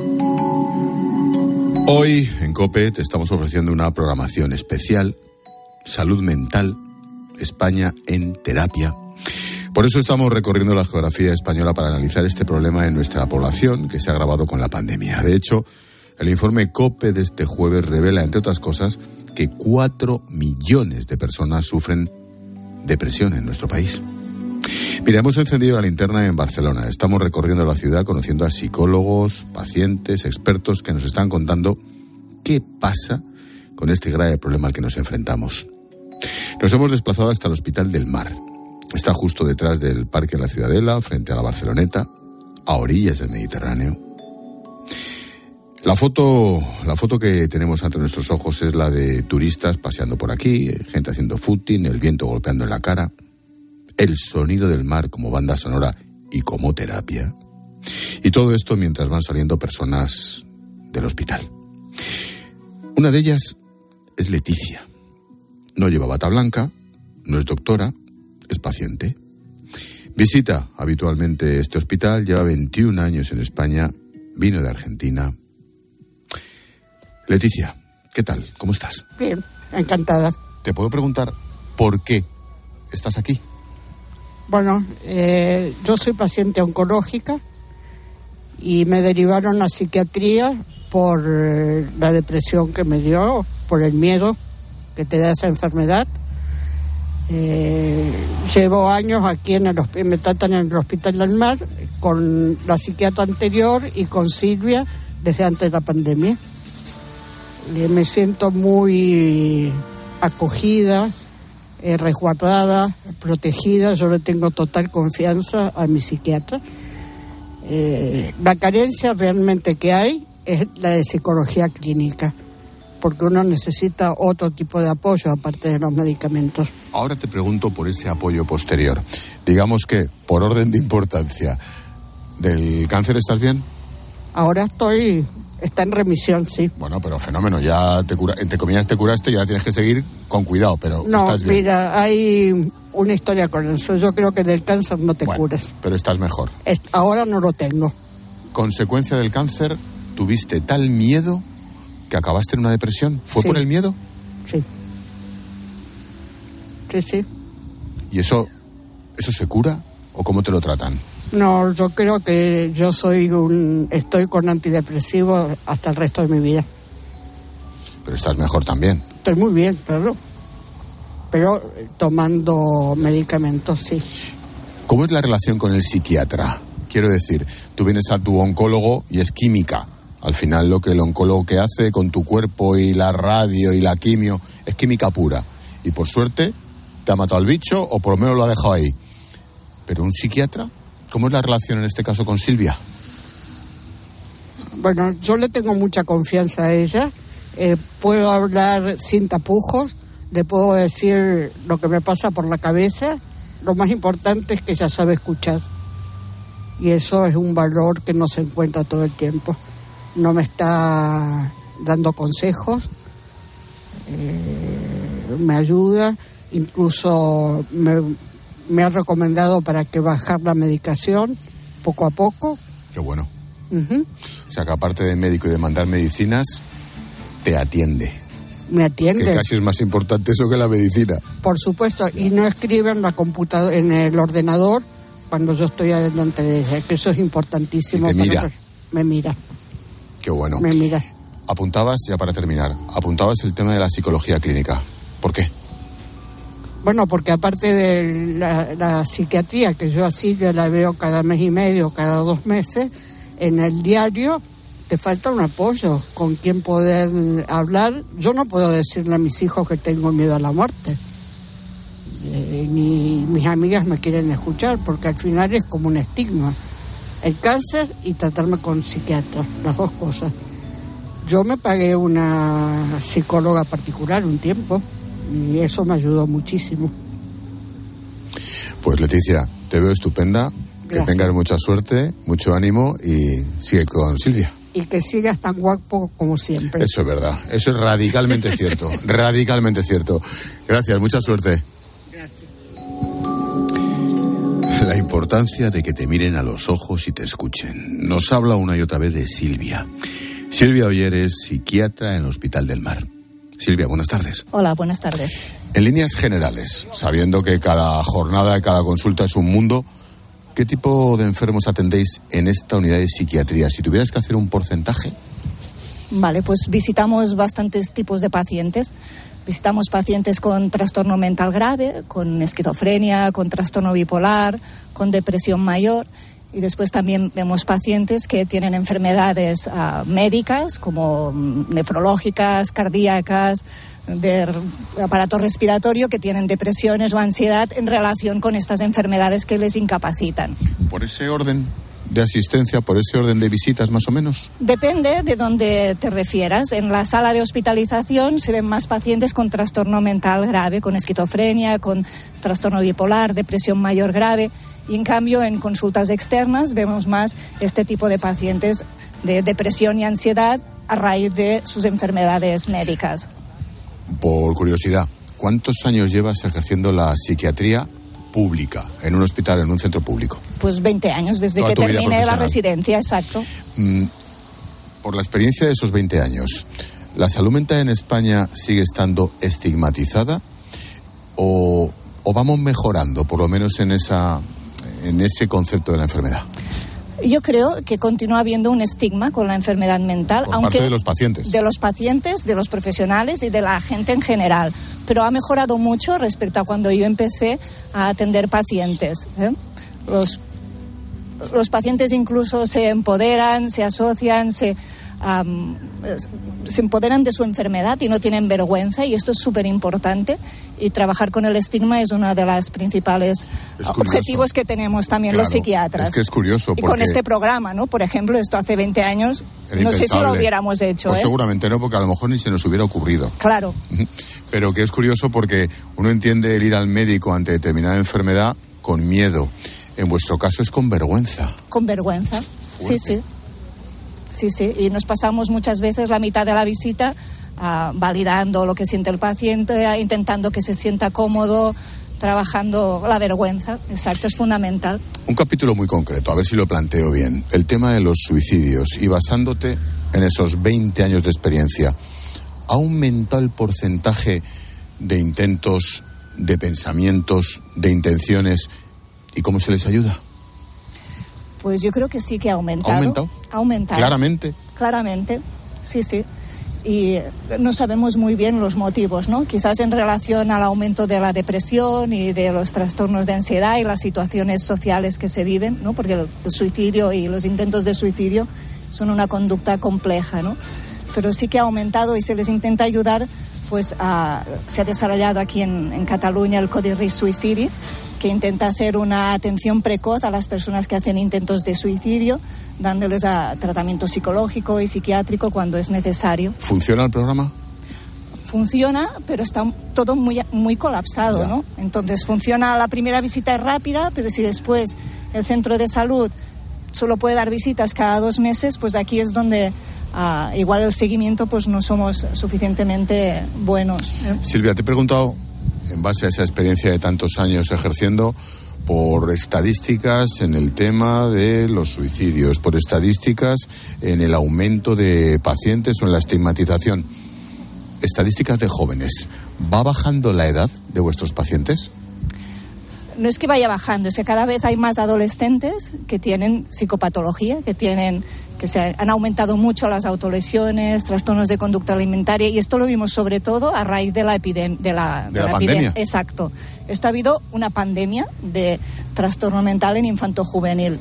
Hoy en COPE te estamos ofreciendo una programación especial, Salud Mental, España en Terapia. Por eso estamos recorriendo la geografía española para analizar este problema en nuestra población que se ha agravado con la pandemia. De hecho, el informe COPE de este jueves revela, entre otras cosas, que 4 millones de personas sufren depresión en nuestro país. Mira, hemos encendido la linterna en Barcelona. Estamos recorriendo la ciudad conociendo a psicólogos, pacientes, expertos que nos están contando qué pasa con este grave problema al que nos enfrentamos. Nos hemos desplazado hasta el Hospital del Mar. Está justo detrás del Parque de la Ciudadela, frente a la Barceloneta, a orillas del Mediterráneo. La foto que tenemos ante nuestros ojos es la de turistas paseando por aquí, gente haciendo footing, el viento golpeando en la cara, el sonido del mar como banda sonora y como terapia. Y todo esto mientras van saliendo personas del hospital. Una de ellas es Leticia. No lleva bata blanca, no es doctora, es paciente. Visita habitualmente este hospital, lleva 21 años en España vino de Argentina. Leticia, ¿qué tal? ¿Cómo estás? Bien, encantada. ¿Te puedo preguntar por qué estás aquí? Bueno, yo soy paciente oncológica y me derivaron a psiquiatría por la depresión que me dio, por el miedo que te da esa enfermedad. Llevo años aquí me tratan en el Hospital del Mar con la psiquiatra anterior y con Silvia desde antes de la pandemia. Me siento muy acogida, resguardada, protegida. Yo le tengo total confianza a mi psiquiatra. La carencia realmente que hay es la de psicología clínica, porque uno necesita otro tipo de apoyo aparte de los medicamentos. Ahora te pregunto por ese apoyo posterior. Digamos que, por orden de importancia, ¿del cáncer estás bien? Ahora está en remisión, sí. Bueno, pero fenómeno, ya te curaste y ahora tienes que seguir con cuidado, pero no, estás bien. Mira, hay una historia con eso. Yo creo que del cáncer no te cures. Pero estás mejor. Ahora no lo tengo. Consecuencia del cáncer, tuviste tal miedo que acabaste en una depresión. ¿Fue por el miedo? Sí. Sí. ¿Y eso se cura o cómo te lo tratan? No, yo creo que yo estoy con antidepresivos hasta el resto de mi vida. Pero estás mejor también. Estoy muy bien, claro. Pero tomando medicamentos, sí. ¿Cómo es la relación con el psiquiatra? Quiero decir, tú vienes a tu oncólogo y es química. Al final lo que el oncólogo que hace con tu cuerpo y la radio y la quimio es química pura. Y por suerte te ha matado al bicho o por lo menos lo ha dejado ahí. Pero un psiquiatra, ¿cómo es la relación en este caso con Silvia? Bueno, yo le tengo mucha confianza a ella. Puedo hablar sin tapujos, le puedo decir lo que me pasa por la cabeza. Lo más importante es que ella sabe escuchar. Y eso es un valor que no se encuentra todo el tiempo. No me está dando consejos, me ayuda, incluso me ha recomendado para que bajar la medicación poco a poco. Qué bueno. O sea que aparte de médico y de mandar medicinas, te atiende. Me atiende. Que casi es más importante eso que la medicina. Por supuesto, y no escribe en la computadora, en el ordenador cuando yo estoy delante de ella, que eso es importantísimo. Y te mira. Me mira. Qué bueno. Me mira. Apuntabas, ya para terminar, el tema de la psicología clínica. ¿Por qué? Bueno, porque aparte de la psiquiatría, que yo a Silvia la veo cada mes y medio, cada 2 meses, en el diario te falta un apoyo con quien poder hablar. Yo no puedo decirle a mis hijos que tengo miedo a la muerte. Ni mis amigas me quieren escuchar, porque al final es como un estigma. El cáncer y tratarme con psiquiatra, las dos cosas. Yo me pagué una psicóloga particular un tiempo y eso me ayudó muchísimo. Pues Leticia, te veo estupenda. Gracias. Que tengas mucha suerte, mucho ánimo y sigue con Silvia. Y que sigas tan guapo como siempre. Eso es verdad, eso es radicalmente cierto, radicalmente cierto. Gracias, mucha suerte. Gracias. La importancia de que te miren a los ojos y te escuchen. Nos habla una y otra vez de Silvia. Silvia Oller es psiquiatra en el Hospital del Mar. Silvia, buenas tardes. Hola, buenas tardes. En líneas generales, sabiendo que cada jornada, cada consulta es un mundo, ¿qué tipo de enfermos atendéis en esta unidad de psiquiatría? Si tuvieras que hacer un porcentaje. Vale, pues visitamos bastantes tipos de pacientes. Visitamos pacientes con trastorno mental grave, con esquizofrenia, con trastorno bipolar, con depresión mayor. Y después también vemos pacientes que tienen enfermedades médicas, como nefrológicas, cardíacas, de aparato respiratorio, que tienen depresiones o ansiedad en relación con estas enfermedades que les incapacitan. ¿Por ese orden de asistencia, por ese orden de visitas más o menos? Depende de dónde te refieras. En la sala de hospitalización se ven más pacientes con trastorno mental grave, con esquizofrenia, con trastorno bipolar, depresión mayor grave. Y en cambio, en consultas externas vemos más este tipo de pacientes de depresión y ansiedad a raíz de sus enfermedades médicas. Por curiosidad, ¿cuántos años llevas ejerciendo la psiquiatría pública en un hospital, en un centro público? Pues 20 años, desde que terminé la residencia, exacto. por la experiencia de esos 20 años, ¿la salud mental en España sigue estando estigmatizada o vamos mejorando, por lo menos en ese concepto de la enfermedad? Yo creo que continúa habiendo un estigma con la enfermedad mental. Por parte de los pacientes. De los pacientes, de los profesionales y de la gente en general. Pero ha mejorado mucho respecto a cuando yo empecé a atender pacientes. Los pacientes incluso se empoderan, se asocian, se empoderan de su enfermedad y no tienen vergüenza, y esto es súper importante, y trabajar con el estigma es uno de los principales objetivos que tenemos también los psiquiatras. Es que es curioso y con este programa, ¿no? Por ejemplo, esto hace 20 años no sé si lo hubiéramos hecho. Pues seguramente no, porque a lo mejor ni se nos hubiera ocurrido. Claro. Pero que es curioso porque uno entiende el ir al médico ante determinada enfermedad con miedo. En vuestro caso es con vergüenza. Con vergüenza, sí. Sí, y nos pasamos muchas veces la mitad de la visita validando lo que siente el paciente, intentando que se sienta cómodo, trabajando la vergüenza. Exacto, es fundamental. Un capítulo muy concreto, a ver si lo planteo bien. El tema de los suicidios, y basándote en esos 20 años de experiencia, ¿ha aumentado el porcentaje de intentos, de pensamientos, de intenciones, y cómo se les ayuda? Pues yo creo que sí que ha aumentado. ¿Ha aumentado? Claramente, sí. Y no sabemos muy bien los motivos, ¿no? Quizás en relación al aumento de la depresión y de los trastornos de ansiedad y las situaciones sociales que se viven, ¿no? Porque el suicidio y los intentos de suicidio son una conducta compleja, ¿no? Pero sí que ha aumentado y se les intenta ayudar, pues se ha desarrollado aquí en Cataluña el Codi Risc Suïcidi, que intenta hacer una atención precoz a las personas que hacen intentos de suicidio, dándoles tratamiento psicológico y psiquiátrico cuando es necesario. ¿Funciona el programa? Funciona, pero está todo muy colapsado, ¿no? Entonces funciona, la primera visita es rápida, pero si después el centro de salud solo puede dar visitas cada 2 meses, pues aquí es donde igual el seguimiento pues no somos suficientemente buenos. Silvia, te he preguntado, en base a esa experiencia de tantos años ejerciendo, por estadísticas en el tema de los suicidios, por estadísticas en el aumento de pacientes o en la estigmatización. Estadísticas de jóvenes. ¿Va bajando la edad de vuestros pacientes? No es que vaya bajando, es que cada vez hay más adolescentes que tienen psicopatología, que se han aumentado mucho las autolesiones, trastornos de conducta alimentaria, y esto lo vimos sobre todo a raíz de la pandemia. Exacto. Esto ha habido una pandemia de trastorno mental en infantojuvenil.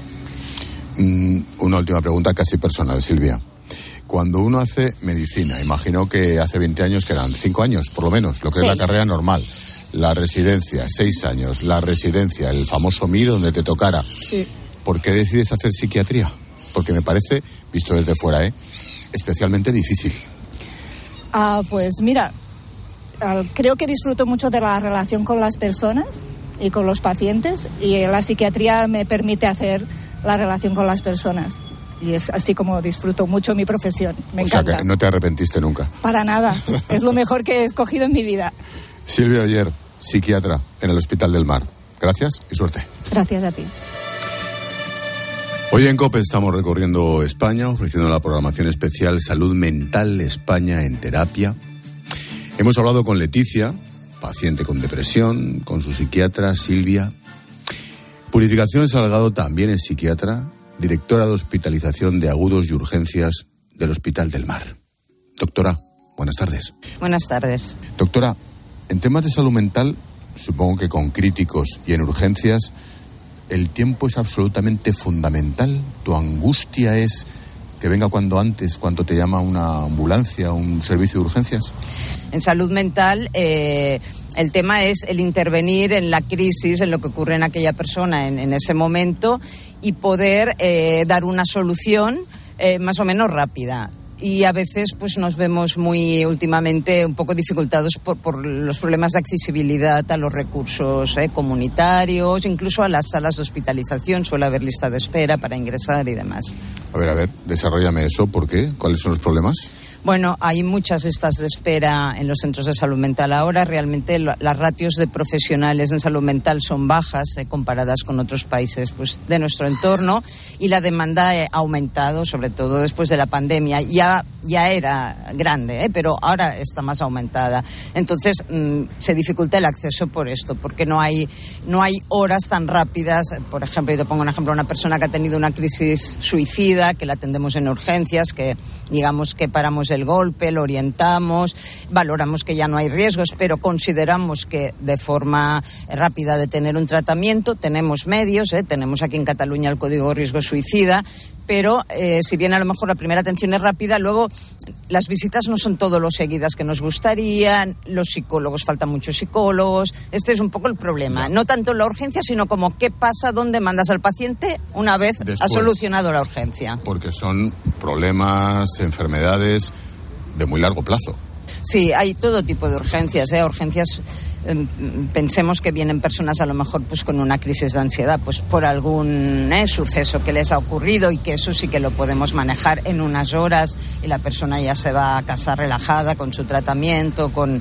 Una última pregunta casi personal, Silvia. Cuando uno hace medicina, imagino que hace 20 años que eran 5 años, por lo menos, lo que 6. Es la carrera normal. La residencia, 6 años, la residencia, el famoso MIR donde te tocara. Sí. ¿Por qué decides hacer psiquiatría? Porque me parece, visto desde fuera, especialmente difícil. Pues mira, creo que disfruto mucho de la relación con las personas y con los pacientes, y la psiquiatría me permite hacer la relación con las personas. Y es así como disfruto mucho mi profesión. Me encanta. O sea, que no te arrepentiste nunca. Para nada. Es lo mejor que he escogido en mi vida. Silvia Oller, psiquiatra en el Hospital del Mar. Gracias y suerte. Gracias a ti. Hoy en COPE estamos recorriendo España, ofreciendo la programación especial Salud Mental España en Terapia. Hemos hablado con Leticia, paciente con depresión, con su psiquiatra Silvia. Purificación Salgado también es psiquiatra, directora de hospitalización de agudos y urgencias del Hospital del Mar. Doctora, buenas tardes. Buenas tardes. Doctora, en temas de salud mental, supongo que con críticos y en urgencias, el tiempo es absolutamente fundamental. Tu angustia es que venga cuando te llama una ambulancia, un servicio de urgencias. En salud mental, el tema es el intervenir en la crisis, en lo que ocurre en aquella persona en ese momento, y poder dar una solución más o menos rápida. Y a veces pues nos vemos últimamente un poco dificultados por los problemas de accesibilidad a los recursos comunitarios, incluso a las salas de hospitalización. Suele haber lista de espera para ingresar y demás. A ver, desarróllame eso. ¿Por qué? ¿Cuáles son los problemas? Bueno, hay muchas listas de espera en los centros de salud mental ahora. Realmente las ratios de profesionales en salud mental son bajas comparadas con otros países pues, de nuestro entorno, y la demanda ha aumentado, sobre todo después de la pandemia. Ya era grande, pero ahora está más aumentada. Entonces se dificulta el acceso por esto, porque no hay horas tan rápidas. Por ejemplo, yo te pongo un ejemplo, una persona que ha tenido una crisis suicida, que la atendemos en urgencias, que digamos que paramos el golpe, lo orientamos, valoramos que ya no hay riesgos, pero consideramos que de forma rápida de tener un tratamiento, tenemos medios, tenemos aquí en Cataluña el Código Riesgo Suicida, pero si bien a lo mejor la primera atención es rápida, luego las visitas no son todo lo seguidas que nos gustaría, los psicólogos, faltan muchos psicólogos. Este es un poco el problema, no tanto la urgencia, sino como qué pasa, dónde mandas al paciente una vez después ha solucionado la urgencia. Porque son problemas, enfermedades de muy largo plazo. Sí, hay todo tipo de urgencias, urgencias. Pensemos que vienen personas a lo mejor pues con una crisis de ansiedad, pues por algún suceso que les ha ocurrido, y que eso sí que lo podemos manejar en unas horas, y la persona ya se va a casa relajada con su tratamiento, con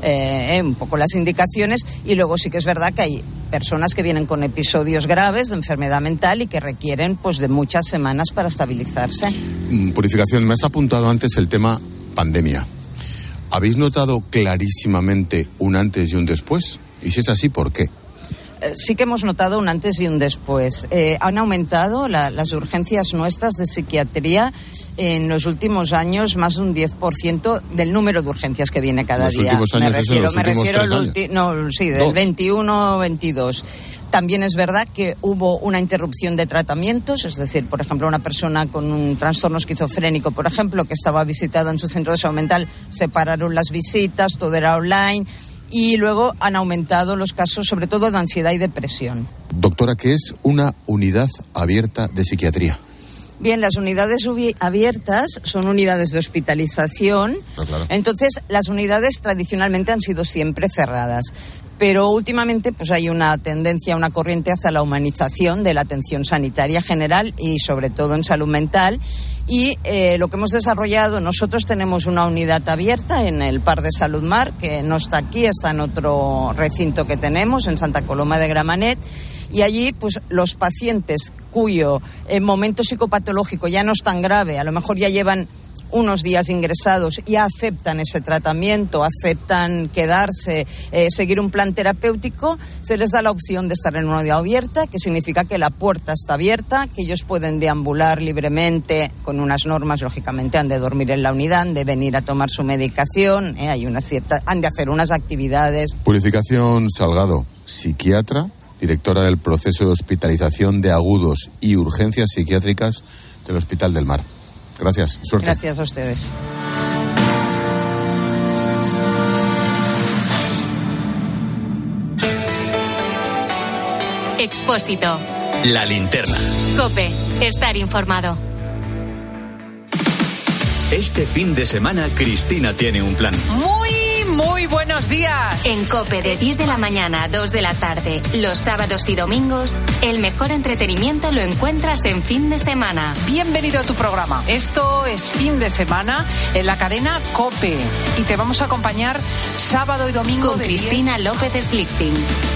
un poco las indicaciones. Y luego sí que es verdad que hay personas que vienen con episodios graves de enfermedad mental y que requieren pues de muchas semanas para estabilizarse. Purificación, me has apuntado antes el tema pandemia. ¿Habéis notado clarísimamente un antes y un después? Y si es así, ¿por qué? Sí que hemos notado un antes y un después. Han aumentado las urgencias nuestras de psiquiatría en los últimos años más de un 10% del número de urgencias que viene cada día. Últimos años, me refiero del 21-22. También es verdad que hubo una interrupción de tratamientos, es decir, por ejemplo, una persona con un trastorno esquizofrénico, por ejemplo, que estaba visitada en su centro de salud mental, se pararon las visitas, todo era online, y luego han aumentado los casos, sobre todo de ansiedad y depresión. Doctora, ¿qué es una unidad abierta de psiquiatría? Bien, las unidades abiertas son unidades de hospitalización. Claro. Entonces, las unidades tradicionalmente han sido siempre cerradas. Pero últimamente pues hay una tendencia, una corriente hacia la humanización de la atención sanitaria general y sobre todo en salud mental. Y lo que hemos desarrollado, nosotros tenemos una unidad abierta en el Parc de Salud Mar, que no está aquí, está en otro recinto que tenemos, en Santa Coloma de Gramenet. Y allí, pues, los pacientes cuyo momento psicopatológico ya no es tan grave, a lo mejor ya llevan unos días ingresados y aceptan ese tratamiento, aceptan quedarse, seguir un plan terapéutico, se les da la opción de estar en una unidad abierta, que significa que la puerta está abierta, que ellos pueden deambular libremente con unas normas, lógicamente han de dormir en la unidad, han de venir a tomar su medicación, han de hacer unas actividades. Purificación Salgado, psiquiatra, directora del proceso de hospitalización de agudos y urgencias psiquiátricas del Hospital del Mar. Gracias, suerte. Gracias a ustedes. Expósito. La linterna. COPE. Estar informado. Este fin de semana, Cristina tiene un plan. Muy buenos días. En COPE, de 10 de la mañana a 2 de la tarde, los sábados y domingos, el mejor entretenimiento lo encuentras en Fin de Semana. Bienvenido a tu programa. Esto es Fin de Semana en la cadena COPE. Y te vamos a acompañar sábado y domingo con Cristina López Slichting.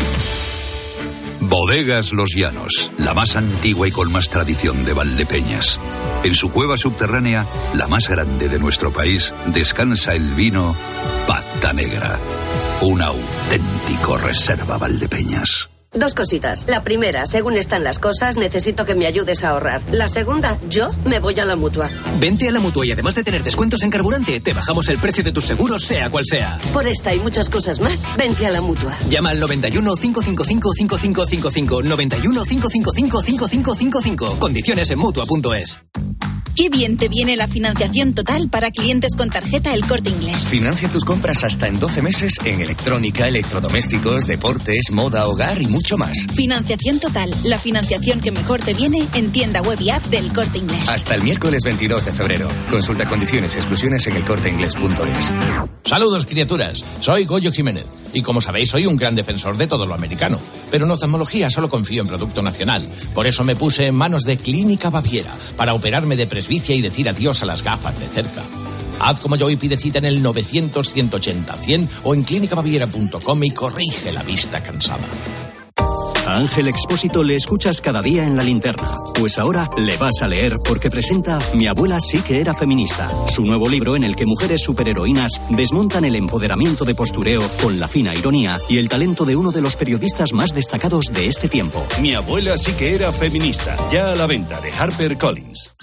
Bodegas Los Llanos, la más antigua y con más tradición de Valdepeñas. En su cueva subterránea, la más grande de nuestro país, descansa el vino Pata Negra, un auténtico reserva Valdepeñas. Dos cositas. La primera, según están las cosas, necesito que me ayudes a ahorrar. La segunda, yo me voy a la Mutua. Vente a la Mutua y además de tener descuentos en carburante, te bajamos el precio de tus seguros, sea cual sea. Por esta y muchas cosas más, vente a la Mutua. Llama al 91 555 5555. 91 555 5555. Condiciones en Mutua.es. Qué bien te viene la financiación total para clientes con tarjeta El Corte Inglés. Financia tus compras hasta en 12 meses en electrónica, electrodomésticos, deportes, moda, hogar y mucho más. Financiación total, la financiación que mejor te viene en tienda web y app del Corte Inglés. Hasta el miércoles 22 de febrero. Consulta condiciones y exclusiones en elcorteinglés.es. Saludos, criaturas. Soy Goyo Jiménez. Y como sabéis, soy un gran defensor de todo lo americano. Pero en oftalmología solo confío en producto nacional. Por eso me puse en manos de Clínica Baviera para operarme de presbicia y decir adiós a las gafas de cerca. Haz como yo y pide cita en el 900-180-100 o en clínicabaviera.com y corrige la vista cansada. A Ángel Expósito le escuchas cada día en La Linterna. Pues ahora le vas a leer porque presenta Mi abuela sí que era feminista, su nuevo libro en el que mujeres superheroínas desmontan el empoderamiento de postureo con la fina ironía y el talento de uno de los periodistas más destacados de este tiempo. Mi abuela sí que era feminista, ya a la venta, de HarperCollins.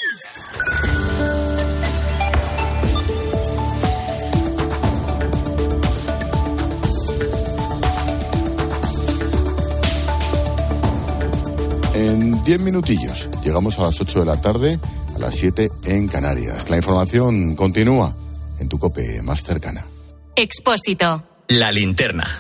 En 10 minutillos llegamos a las 8 de la tarde, a las 7 en Canarias. La información continúa en tu COPE más cercana. Expósito. La Linterna.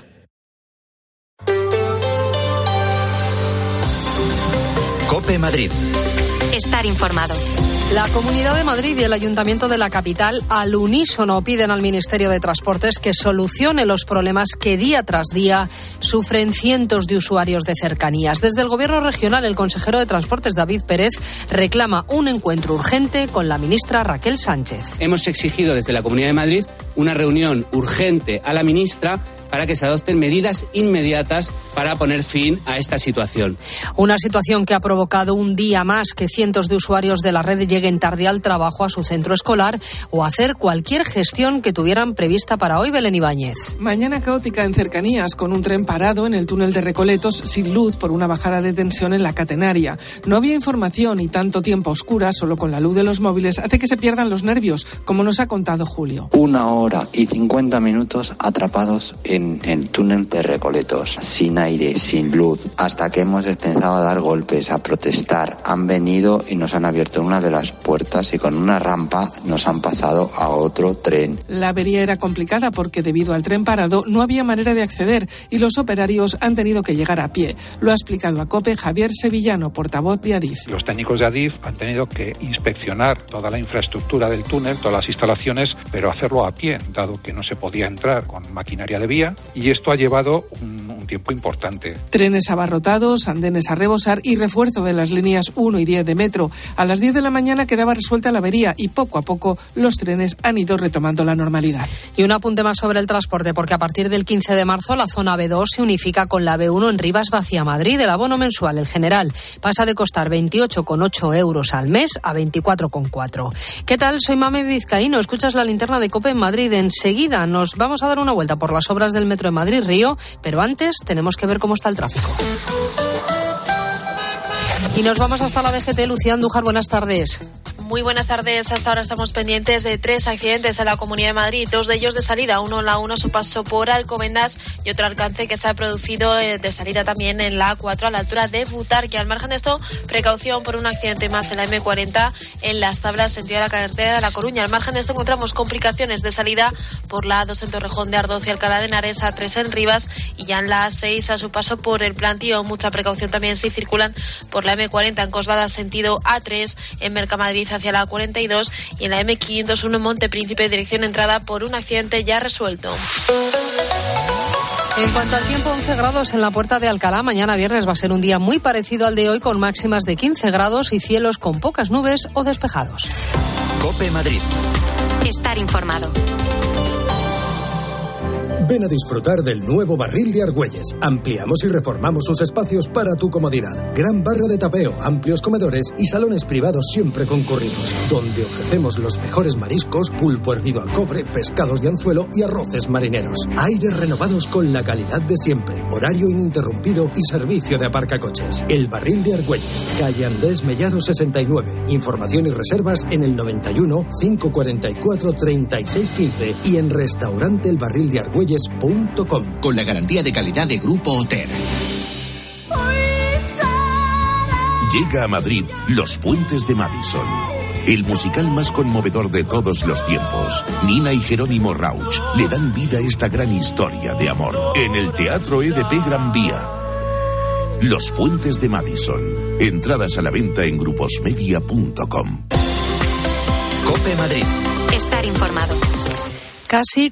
COPE Madrid. Estar informado. La Comunidad de Madrid y el Ayuntamiento de la capital al unísono piden al Ministerio de Transportes que solucione los problemas que día tras día sufren cientos de usuarios de cercanías. Desde el Gobierno regional, el consejero de Transportes, David Pérez, reclama un encuentro urgente con la ministra Raquel Sánchez. Hemos exigido desde la Comunidad de Madrid una reunión urgente a la ministra para que se adopten medidas inmediatas para poner fin a esta situación. Una situación que ha provocado un día más que cientos de usuarios de la red lleguen tarde al trabajo, a su centro escolar o a hacer cualquier gestión que tuvieran prevista para hoy. Belén Ibáñez. Mañana caótica en cercanías, con un tren parado en el túnel de Recoletos sin luz por una bajada de tensión en la catenaria. No había información y tanto tiempo a oscuras, solo con la luz de los móviles, hace que se pierdan los nervios, como nos ha contado Julio. 1 hora y 50 minutos atrapados en el túnel de Recoletos, sin aire, sin luz, hasta que hemos empezado a dar golpes, a protestar. Han venido y nos han abierto una de las puertas y con una rampa nos han pasado a otro tren. La avería era complicada porque debido al tren parado no había manera de acceder y los operarios han tenido que llegar a pie. Lo ha explicado a COPE Javier Sevillano, portavoz de Adif. Los técnicos de Adif han tenido que inspeccionar toda la infraestructura del túnel, todas las instalaciones, pero hacerlo a pie, dado que no se podía entrar con maquinaria de vía. Y esto ha llevado un tiempo importante. Trenes abarrotados, andenes a rebosar y refuerzo de las líneas 1 y 10 de metro. A las 10 de la mañana quedaba resuelta la avería y poco a poco los trenes han ido retomando la normalidad. Y un apunte más sobre el transporte, porque a partir del 15 de marzo la zona B2 se unifica con la B1 en Rivas Vacia, Madrid. El abono mensual, el general, pasa de costar 28,8 euros al mes a 24,4. ¿Qué tal? Soy Mame Vizcaíno. Escuchas La Linterna de COPE en Madrid. Enseguida nos vamos a dar una vuelta por las obras del metro de Madrid-Río, pero antes tenemos que ver cómo está el tráfico. Y nos vamos hasta la DGT. Lucía Andújar, buenas tardes. Muy buenas tardes. Hasta ahora estamos pendientes de 3 accidentes en la Comunidad de Madrid, 2 de ellos de salida, uno en la 1 a su paso por Alcobendas y otro alcance que se ha producido de salida también en la A4 a la altura de Butarque. Al margen de esto, precaución por un accidente más en la M40 en Las Tablas, sentido de la carretera de La Coruña. Al margen de esto encontramos complicaciones de salida por la A2 en Torrejón de Ardoz y Alcalá de Henares, A3 en Rivas y ya en la A6 a su paso por el Plantío. Mucha precaución también si circulan por la M40 en Coslada, sentido A3 en Mercamadrid hacia la A42 y en la M501 en Monte Príncipe, dirección entrada por un accidente ya resuelto. En cuanto al tiempo, 11 grados en la Puerta de Alcalá. Mañana viernes va a ser un día muy parecido al de hoy, con máximas de 15 grados y cielos con pocas nubes o despejados. COPE Madrid. Estar informado. Ven a disfrutar del nuevo Barril de Argüelles. Ampliamos y reformamos sus espacios para tu comodidad. Gran barra de tapeo, amplios comedores y salones privados siempre concurridos, donde ofrecemos los mejores mariscos, pulpo hervido al cobre, pescados de anzuelo y arroces marineros. Aires renovados con la calidad de siempre, horario ininterrumpido y servicio de aparcacoches. El Barril de Argüelles, calle Andrés Mellado 69. Información y reservas en el 91 544 3615 y en restauranteelbarrildeargüelles.com. Con la garantía de calidad de Grupo Oter. Llega a Madrid Los Puentes de Madison, el musical más conmovedor de todos los tiempos. Nina y Jerónimo Rauch le dan vida a esta gran historia de amor en el Teatro EDP Gran Vía. Los Puentes de Madison. Entradas a la venta en gruposmedia.com. COPE Madrid. Estar informado. Casi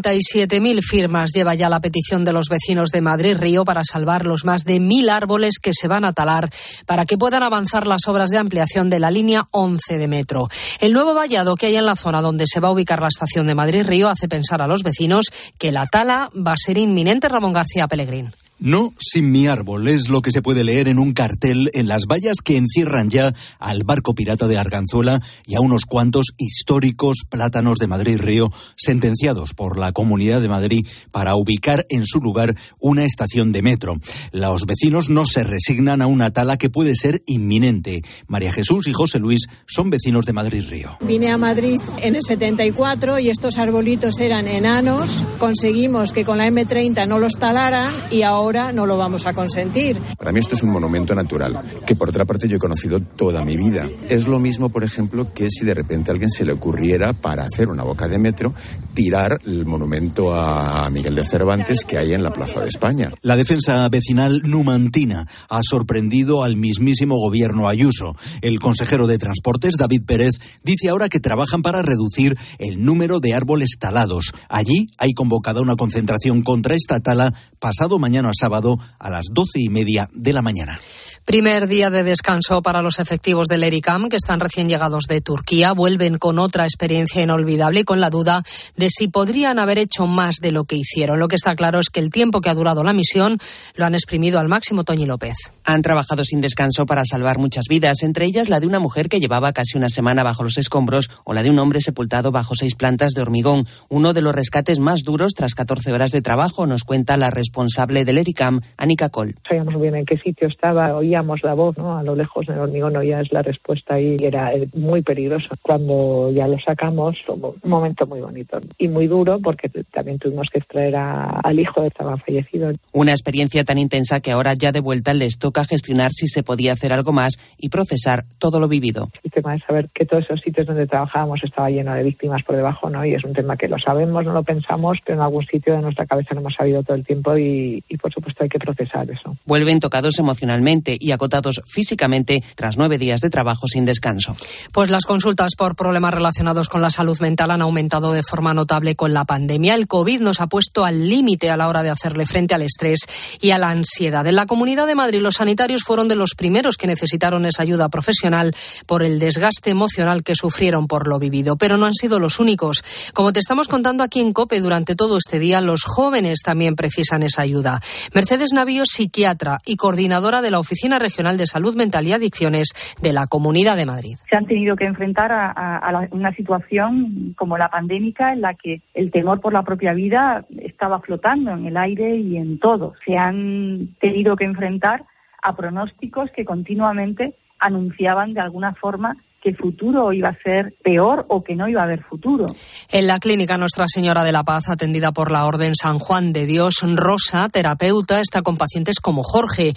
47.000 firmas lleva ya la petición de los vecinos de Madrid-Río para salvar los más de 1.000 árboles que se van a talar para que puedan avanzar las obras de ampliación de la línea 11 de metro. El nuevo vallado que hay en la zona donde se va a ubicar la estación de Madrid-Río hace pensar a los vecinos que la tala va a ser inminente. Ramón García Pellegrín. No sin mi árbol, es lo que se puede leer en un cartel en las vallas que encierran ya al barco pirata de Arganzuela y a unos cuantos históricos plátanos de Madrid-Río sentenciados por la Comunidad de Madrid para ubicar en su lugar una estación de metro. Los vecinos no se resignan a una tala que puede ser inminente. María Jesús y José Luis son vecinos de Madrid-Río. Vine a Madrid en el 74 y estos arbolitos eran enanos. Conseguimos que con la M30 no los talaran y ahora no lo vamos a consentir. Para mí esto es un monumento natural, que por otra parte yo he conocido toda mi vida. Es lo mismo, por ejemplo, que si de repente a alguien se le ocurriera, para hacer una boca de metro, tirar el monumento a Miguel de Cervantes que hay en la Plaza de España. La defensa vecinal numantina ha sorprendido al mismísimo gobierno Ayuso. El consejero de Transportes, David Pérez, dice ahora que trabajan para reducir el número de árboles talados. Allí hay convocada una concentración contra esta tala pasado mañana sábado a las 12:30 de la mañana. Primer día de descanso para los efectivos del ERICAM, que están recién llegados de Turquía. Vuelven con otra experiencia inolvidable y con la duda de si podrían haber hecho más de lo que hicieron. Lo que está claro es que el tiempo que ha durado la misión lo han exprimido al máximo. Toñi López. Han trabajado sin descanso para salvar muchas vidas, entre ellas la de una mujer que llevaba casi una semana bajo los escombros o la de un hombre sepultado bajo 6 plantas de hormigón. Uno de los rescates más duros tras 14 horas de trabajo, nos cuenta la responsable del ERICAM, Anika Col. Sabíamos muy bien en qué sitio estaba, oíamos la voz, ¿no? A lo lejos en el hormigón oías la respuesta y era muy peligroso. Cuando ya lo sacamos, un momento muy bonito y muy duro porque también tuvimos que extraer al hijo que estaba fallecido. Una experiencia tan intensa que ahora ya de vuelta les toca gestionar si se podía hacer algo más y procesar todo lo vivido. El tema es saber que todos esos sitios donde trabajábamos estaba lleno de víctimas por debajo, ¿no? Y es un tema que lo sabemos, no lo pensamos, pero en algún sitio de nuestra cabeza lo hemos sabido todo el tiempo y por supuesto hay que procesar eso. Vuelven tocados emocionalmente y agotados físicamente tras 9 días de trabajo sin descanso. Pues las consultas por problemas relacionados con la salud mental han aumentado de forma notable con la pandemia. El COVID nos ha puesto al límite a la hora de hacerle frente al estrés y a la ansiedad. En la Comunidad de Madrid, los sanitarios fueron de los primeros que necesitaron esa ayuda profesional por el desgaste emocional que sufrieron por lo vivido. Pero no han sido los únicos. Como te estamos contando aquí en COPE durante todo este día, los jóvenes también precisan esa ayuda. Mercedes Navío, psiquiatra y coordinadora de la Oficina Regional de Salud Mental y Adicciones de la Comunidad de Madrid. Se han tenido que enfrentar a una situación como la pandémica en la que el temor por la propia vida estaba flotando en el aire y en todo. Se han tenido que enfrentar a pronósticos que continuamente anunciaban de alguna forma que el futuro iba a ser peor o que no iba a haber futuro. En la clínica Nuestra Señora de la Paz, atendida por la Orden San Juan de Dios, Rosa, terapeuta, está con pacientes como Jorge,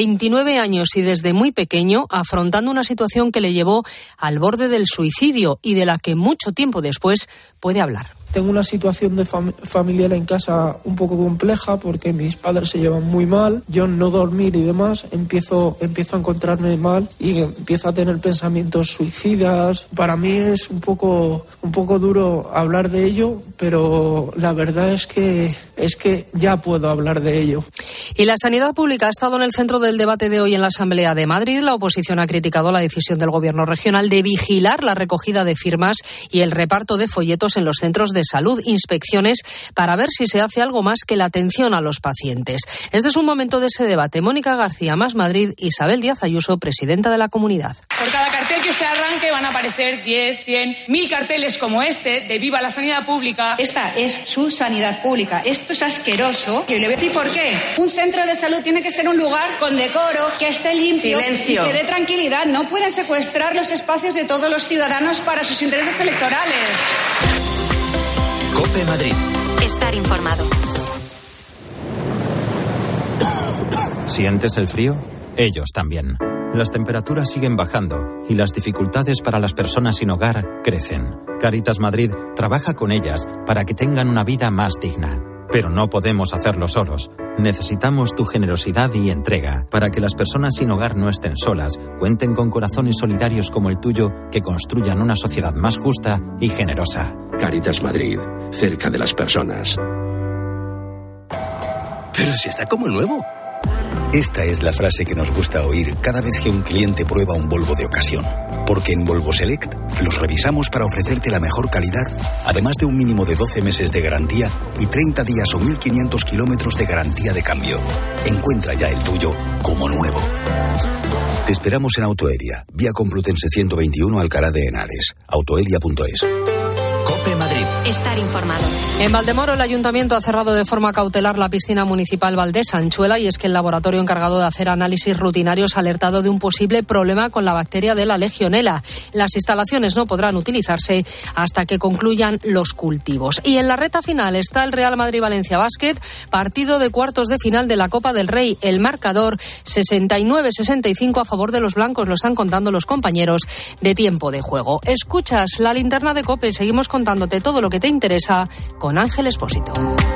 29 años y desde muy pequeño afrontando una situación que le llevó al borde del suicidio y de la que mucho tiempo después puede hablar. Tengo una situación de familiar en casa un poco compleja porque mis padres se llevan muy mal, yo no dormir y demás, empiezo a encontrarme mal y empiezo a tener pensamientos suicidas. Para mí es un poco duro hablar de ello, pero la verdad es que ya puedo hablar de ello. Y la sanidad pública ha estado en el centro del debate de hoy en la Asamblea de Madrid. La oposición ha criticado la decisión del Gobierno regional de vigilar la recogida de firmas y el reparto de folletos en los centros de salud, inspecciones para ver si se hace algo más que la atención a los pacientes. Este es un momento de ese debate. Mónica García, Más Madrid, Isabel Díaz Ayuso, presidenta de la comunidad. Por cada cartel que usted arranque van a aparecer 10, 100, 1000 carteles como este de Viva la Sanidad Pública. Esta es su sanidad pública. Esto es asqueroso. Y le voy a decir por qué. Un centro de salud tiene que ser un lugar con decoro, que esté limpio. Silencio. Y que dé tranquilidad. No pueden secuestrar los espacios de todos los ciudadanos para sus intereses electorales. COPE Madrid. Estar informado. ¿Sientes el frío? Ellos también. Las temperaturas siguen bajando y las dificultades para las personas sin hogar crecen. Cáritas Madrid trabaja con ellas para que tengan una vida más digna. Pero no podemos hacerlo solos. Necesitamos tu generosidad y entrega para que las personas sin hogar no estén solas, cuenten con corazones solidarios como el tuyo que construyan una sociedad más justa y generosa. Cáritas Madrid. cerca de las personas. Pero si está como nuevo. Esta es la frase que nos gusta oír cada vez que un cliente prueba un Volvo de ocasión. Porque en Volvo Select los revisamos para ofrecerte la mejor calidad, además de un mínimo de 12 meses de garantía y 30 días o 1.500 kilómetros de garantía de cambio. Encuentra ya el tuyo como nuevo. Te esperamos en Autoelia, vía Complutense 121 Alcalá de Henares. Autoelia.es. COPE Madrid. Estar informado. En Valdemoro, el ayuntamiento ha cerrado de forma cautelar la piscina municipal Valdés Anchuela, y es que el laboratorio encargado de hacer análisis rutinarios ha alertado de un posible problema con la bacteria de la Legionela. Las instalaciones no podrán utilizarse hasta que concluyan los cultivos. Y en la recta final está el Real Madrid-Valencia Basket, partido de cuartos de final de la Copa del Rey. El marcador 69-65 a favor de los blancos, lo están contando los compañeros de tiempo de juego. Escuchas la linterna de COPE, seguimos contándote todo lo que te interesa con Ángel Expósito.